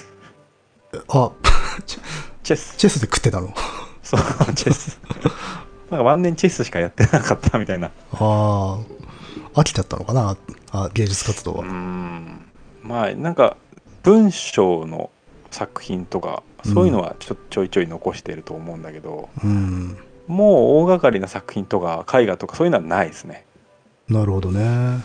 チェスで食ってたの？ そうチェスなんか晩年チェスしかやってなかったみたいな。 飽きちゃったのかな、芸術活動は。 まあなんか文章の作品とかそういうのはちょいちょい残していると思うんだけど、もう大掛かりな作品とか絵画とかそういうのはないですね。 なるほどね。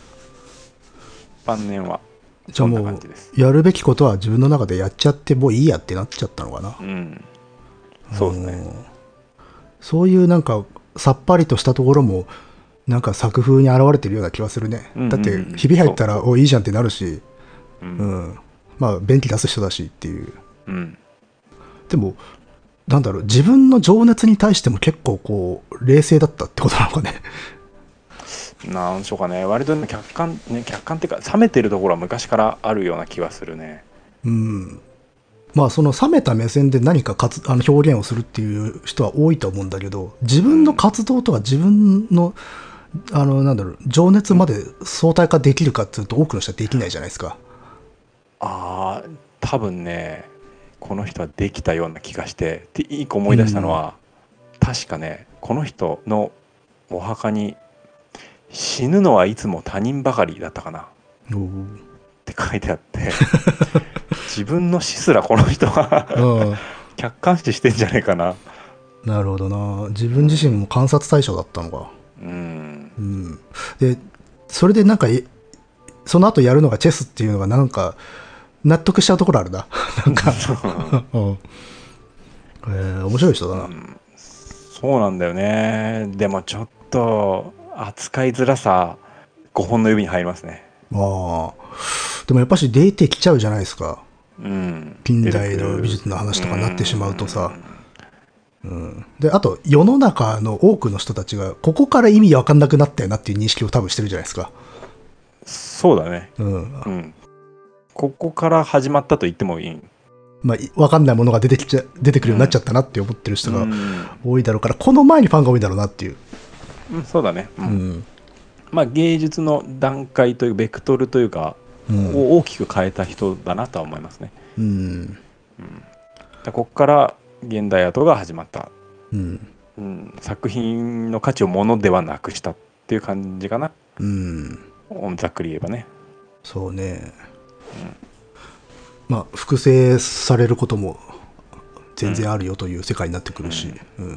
晩年はじゃあもうやるべきことは自分の中でやっちゃってもういいやってなっちゃったのかな。 そうですね。 そういうなんかさっぱりとしたところもなんか作風に表れてるような気はするね。だってひび入ったらいいじゃんってなるし、まあ便器出す人だしっていう。でもなんだろう、自分の情熱に対しても結構こう冷静だったってことなのかね。 なんでしょうかね。割と客観っていうか冷めてるところは昔からあるような気はするね。 まあその冷めた目線で何か表現をするっていう人は多いと思うんだけど、自分の活動とか自分のなんだろう、情熱まで相対化できるかっていうと多くの人はできないじゃないですか。 多分ねこの人はできたような気がして、で一個思い出したのは、確かねこの人のお墓に死ぬのはいつも他人ばかりだったかなっおーて書いてあって自分の死すらこの人はうん客観視してんじゃないかな。 なるほどな。自分自身も観察対象だったのか。 うんうん。で、それでなんか、その後やるのがチェスっていうのがなんか、納得しちゃうところあるな。なんか、うん面白い人だな。 そうなんだよね。でもちょっと扱いづらさ5本の指に入りますね。 ああ。でもやっぱし出てきちゃうじゃないですか。 うん近代の美術の話とかになってしまうとさ。で、あと、世の中の多くの人たちが、ここから意味わかんなくなったよなっていう認識を多分してるじゃないですか。 そうだね。 うん。 ここから始まったと言ってもいい。 まあ、わかんないものが出てくるようになっちゃったなって思ってる人がうん多いだろうから、この前にファンが多いだろうなっていう。 そうだね。 うん。 まあ芸術の段階というベクトルというか、を大きく変えた人だなとは思いますね。ここから現代アートが始まった、作品の価値をものではなくしたっていう感じかな、ざっくり言えばね。 そうね、まあ複製されることも全然あるよという世界になってくるし、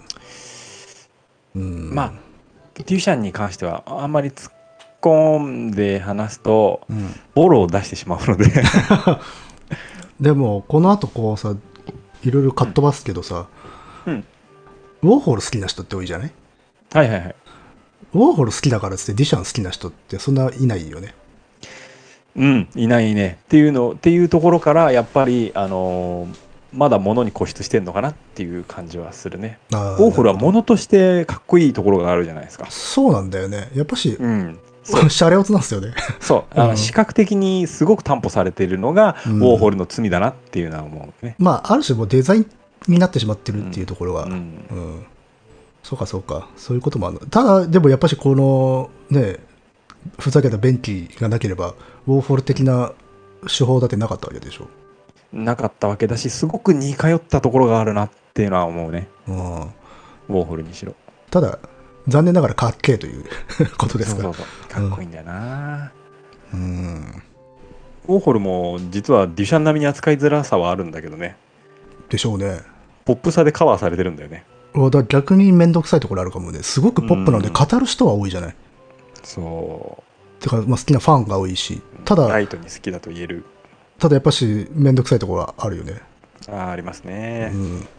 まあデュシャンに関してはあんまり突っ込んで話すと、ボロを出してしまうのででもこの後こうさ、いろいろかっ飛ばすけどさ、ウォーホル好きな人って多いじゃない？ はいはいはい。 ウォーホル好きだからっつってディシャン好きな人ってそんないないよね。 いないねっていうところからやっぱりまだ物に固執してんのかなっていう感じはするね。ウォーホルは物としてかっこいいところがあるじゃないですか。 そうなんだよね。やっぱし、シャレオツなんですよね。 そう、視覚的にすごく担保されているのが、ウォーホルの罪だなっていうのは思うね。 まあある種もうデザインになってしまってるっていうところが、そうかそうか、そういうこともある。ただでもやっぱしこのね、ふざけた便器がなければウォーホル的な手法だってなかったわけでしょ。 なかったわけだし、すごく似通ったところがあるなっていうのは思うね。ウォーホルにしろ。 ただ残念ながらかっけえということですから。 そうかっこいいんだよな。ウォーホルも実はデュシャン並みに扱いづらさはあるんだけどね。 でしょうね。 ポップさでカバーされてるんだよね。 だ逆に面倒くさいところあるかもね。すごくポップなので語る人は多いじゃない。 そうてか、まあ、好きなファンが多いし、ただライトに好きだと言える。 ただやっぱし面倒くさいところはあるよね。 ありますね。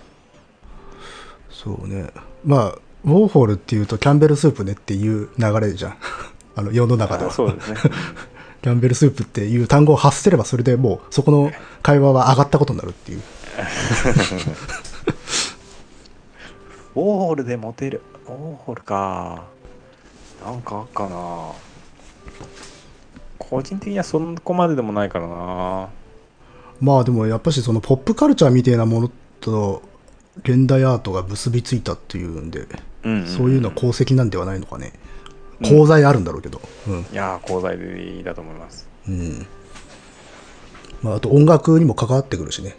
そうね。まあウォーホルっていうとキャンベルスープねっていう流れじゃん世の中では。 そうですね。 キャンベルスープっていう単語を発せればそれでもうそこの会話は上がったことになるっていうウォーホルでモテる。ウォーホルか。なんかあっかな。個人的にはそこまででもないからな。 まあでもやっぱしそのポップカルチャーみたいなものと現代アートが結びついたっていうんで、そういうのは功績なんではないのかね。功罪あるんだろうけど、 いや功罪だと思います。 まあ、あと音楽にも関わってくるしね。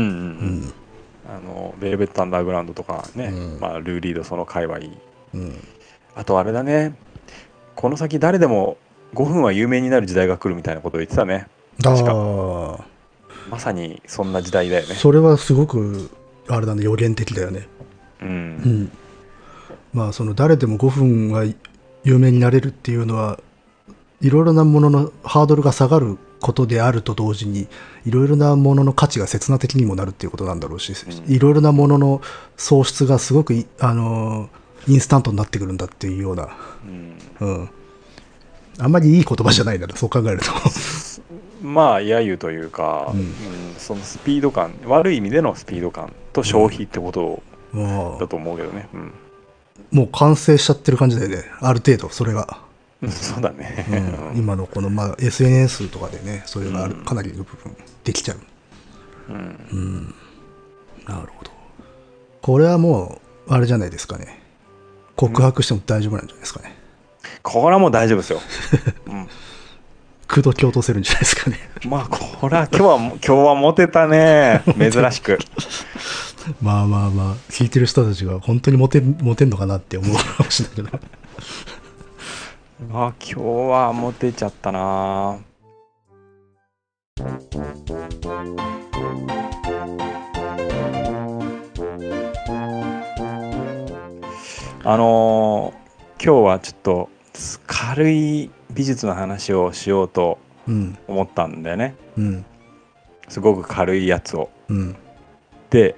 ベルベットアンダーグラウンドとかね、まあ、ルーリードその界隈、あとあれだね、この先誰でも5分は有名になる時代が来るみたいなことを言ってたね。確かまさにそんな時代だよね。 それはすごくあれだね、予言的だよね。まあその誰でも5分は有名になれるっていうのはいろいろなもののハードルが下がることであると同時に、いろいろなものの価値が刹那的にもなるっていうことなんだろうし、いろいろなものの喪失がすごくインスタントになってくるんだっていうような、あんまりいい言葉じゃないんだな、そう考えるとまあ揶揄というか、そのスピード感、悪い意味でのスピード感と消費ってことだと思うけどね。 もう完成しちゃってる感じだよね、ある程度それが。 そうだね、 今のこの、まあ、SNS とかでね、それがかなりの部分できちゃう。なるほど。これはもうあれじゃないですかね、告白しても大丈夫なんじゃないですかね。 これはもう大丈夫ですよ。 口説き落とせるんじゃないですかね。 まあこれは今日はモテたね、珍しく。 まあまあまあ、聞いてる人たちが本当にモテんのかなって思うかもしれないけど。 今日はモテちゃったな。今日はちょっと軽い美術の話をしようと思ったんだよね、うん、すごく軽いやつを、うん、で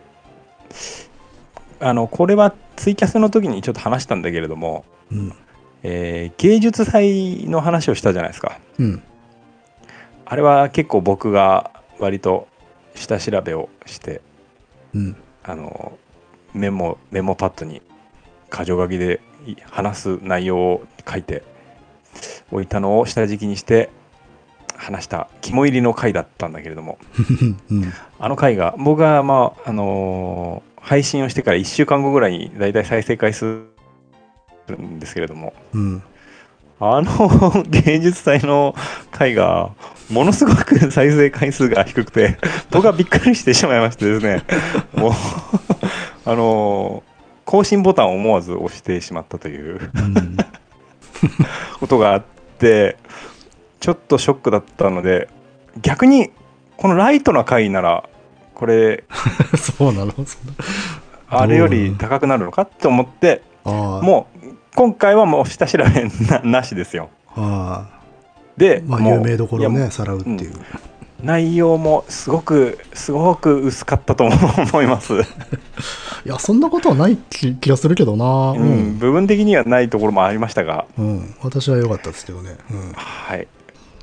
これはツイキャスの時にちょっと話したんだけれども、うん芸術祭の話をしたじゃないですか、うん、あれは結構僕が割と下調べをして、うん、メモパッドに箇条書きで話す内容を書いておいたのを下敷きにして話した肝入りの回だったんだけれども、うん、あの回が僕が、配信をしてから1週間後ぐらいにだいたい再生回数んですけれども、うん、芸術祭の回がものすごく再生回数が低くて僕はびっくりしてしまいましてですねもう更新ボタンを思わず押してしまったという、うん、ことがあってちょっとショックだったので、逆にこのライトな回ならこれそうなのあれより高くなるのかって思って、もう今回はもう下調べ なしですよ。で、 有名どころねさらうっていう、 内容もすごく薄かったと思いますいやそんなことはない気がするけどな、 部分的にはないところもありましたが、 私は良かったですけどね、 はい。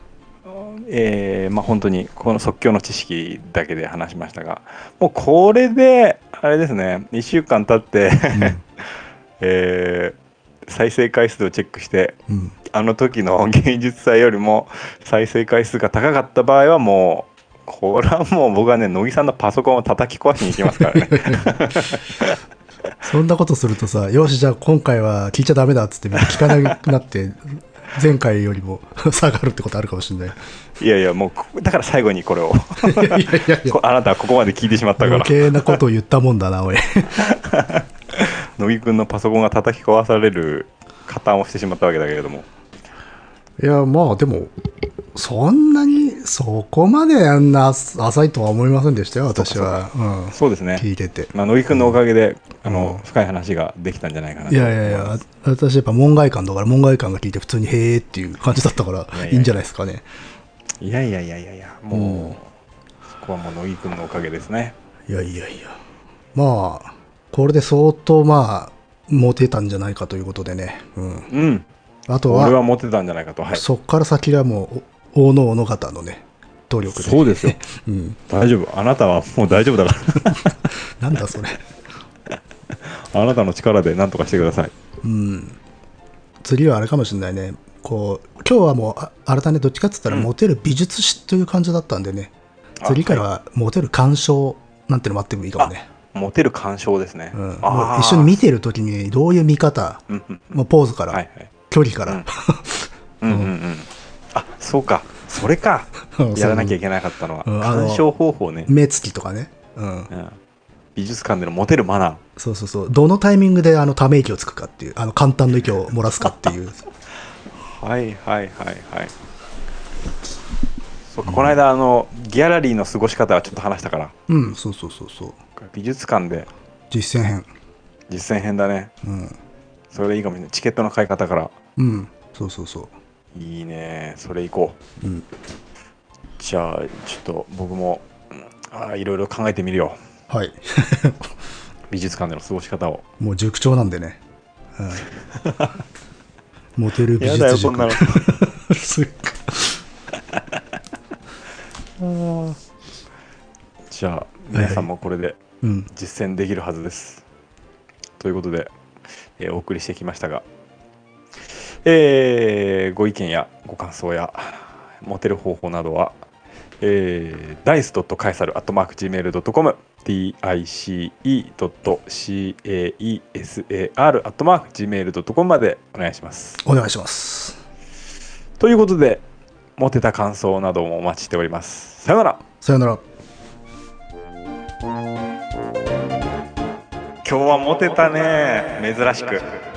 本当にこの即興の知識だけで話しましたが、もうこれであれですね、2週間経って再生回数をチェックして、あの時の芸術祭よりも再生回数が高かった場合はもうこれはもう僕はね乃木さんのパソコンを叩き壊しに行きますからねそんなことするとさ、よしじゃあ今回は聞いちゃダメだっつって聞かなくなって前回よりも下がるってことあるかもしれない。 いやいやもうだから最後にこれをあなたはここまで聞いてしまったから余計なことを言ったもんだなおい乃木くんのパソコンが叩き壊される加担をしてしまったわけだけれども、 いやまあでもそんなにそこまであんな浅いとは思いませんでしたよ私は。 そうですね、 聞いてて、 乃木くんのおかげで、深い話ができたんじゃないかなと。 いや私やっぱ門外漢だから、門外漢が聞いて普通にへーっていう感じだったからいいんじゃないですかね。 いやもう、そこはもう乃木くんのおかげですね。 いやまあこれで相当モテたんじゃないかということでね、あとは俺はモテたんじゃないかと、 そっから先がもう大野方のね努力で。 そうですよ、大丈夫、あなたはもう大丈夫だからなんだそれあなたの力で何とかしてください。 次はあれかもしれないね、今日はもう改めてどっちかって言ったらモテる美術史という感じだったんでね、次からはモテる鑑賞なんてのもあってもいいかもね。 モテる鑑賞ですね、 もう一緒に見てる時にどういう見方、ポーズから、距離から、 あ、そうか、それかやらなきゃいけなかったのは、鑑賞方法ね、 目つきとかね、 美術館でのモテるマナー、そうどのタイミングでため息をつくかっていう、簡単の息を漏らすかっていうはいそうか、この間ギャラリーの過ごし方はちょっと話したから、 そう美術館で実践編だね、それでいいかもしれない。チケットの買い方から、 そういいね、それ行こう、じゃあちょっと僕もいろいろ考えてみるよ。 はい美術館での過ごし方を。 もう塾長なんでね、モテる美術塾。やだよそんなのじゃあ皆さんもこれで実践できるはずです、ということで、お送りしてきましたが、ご意見やご感想やモテる方法などは、dice.caesar@gmail.com dice.caesar@gmail.com までお願いします。 お願いします。 ということでモテた感想などもお待ちしております。さよなら。 さよなら。 今日はモテたね、珍しく。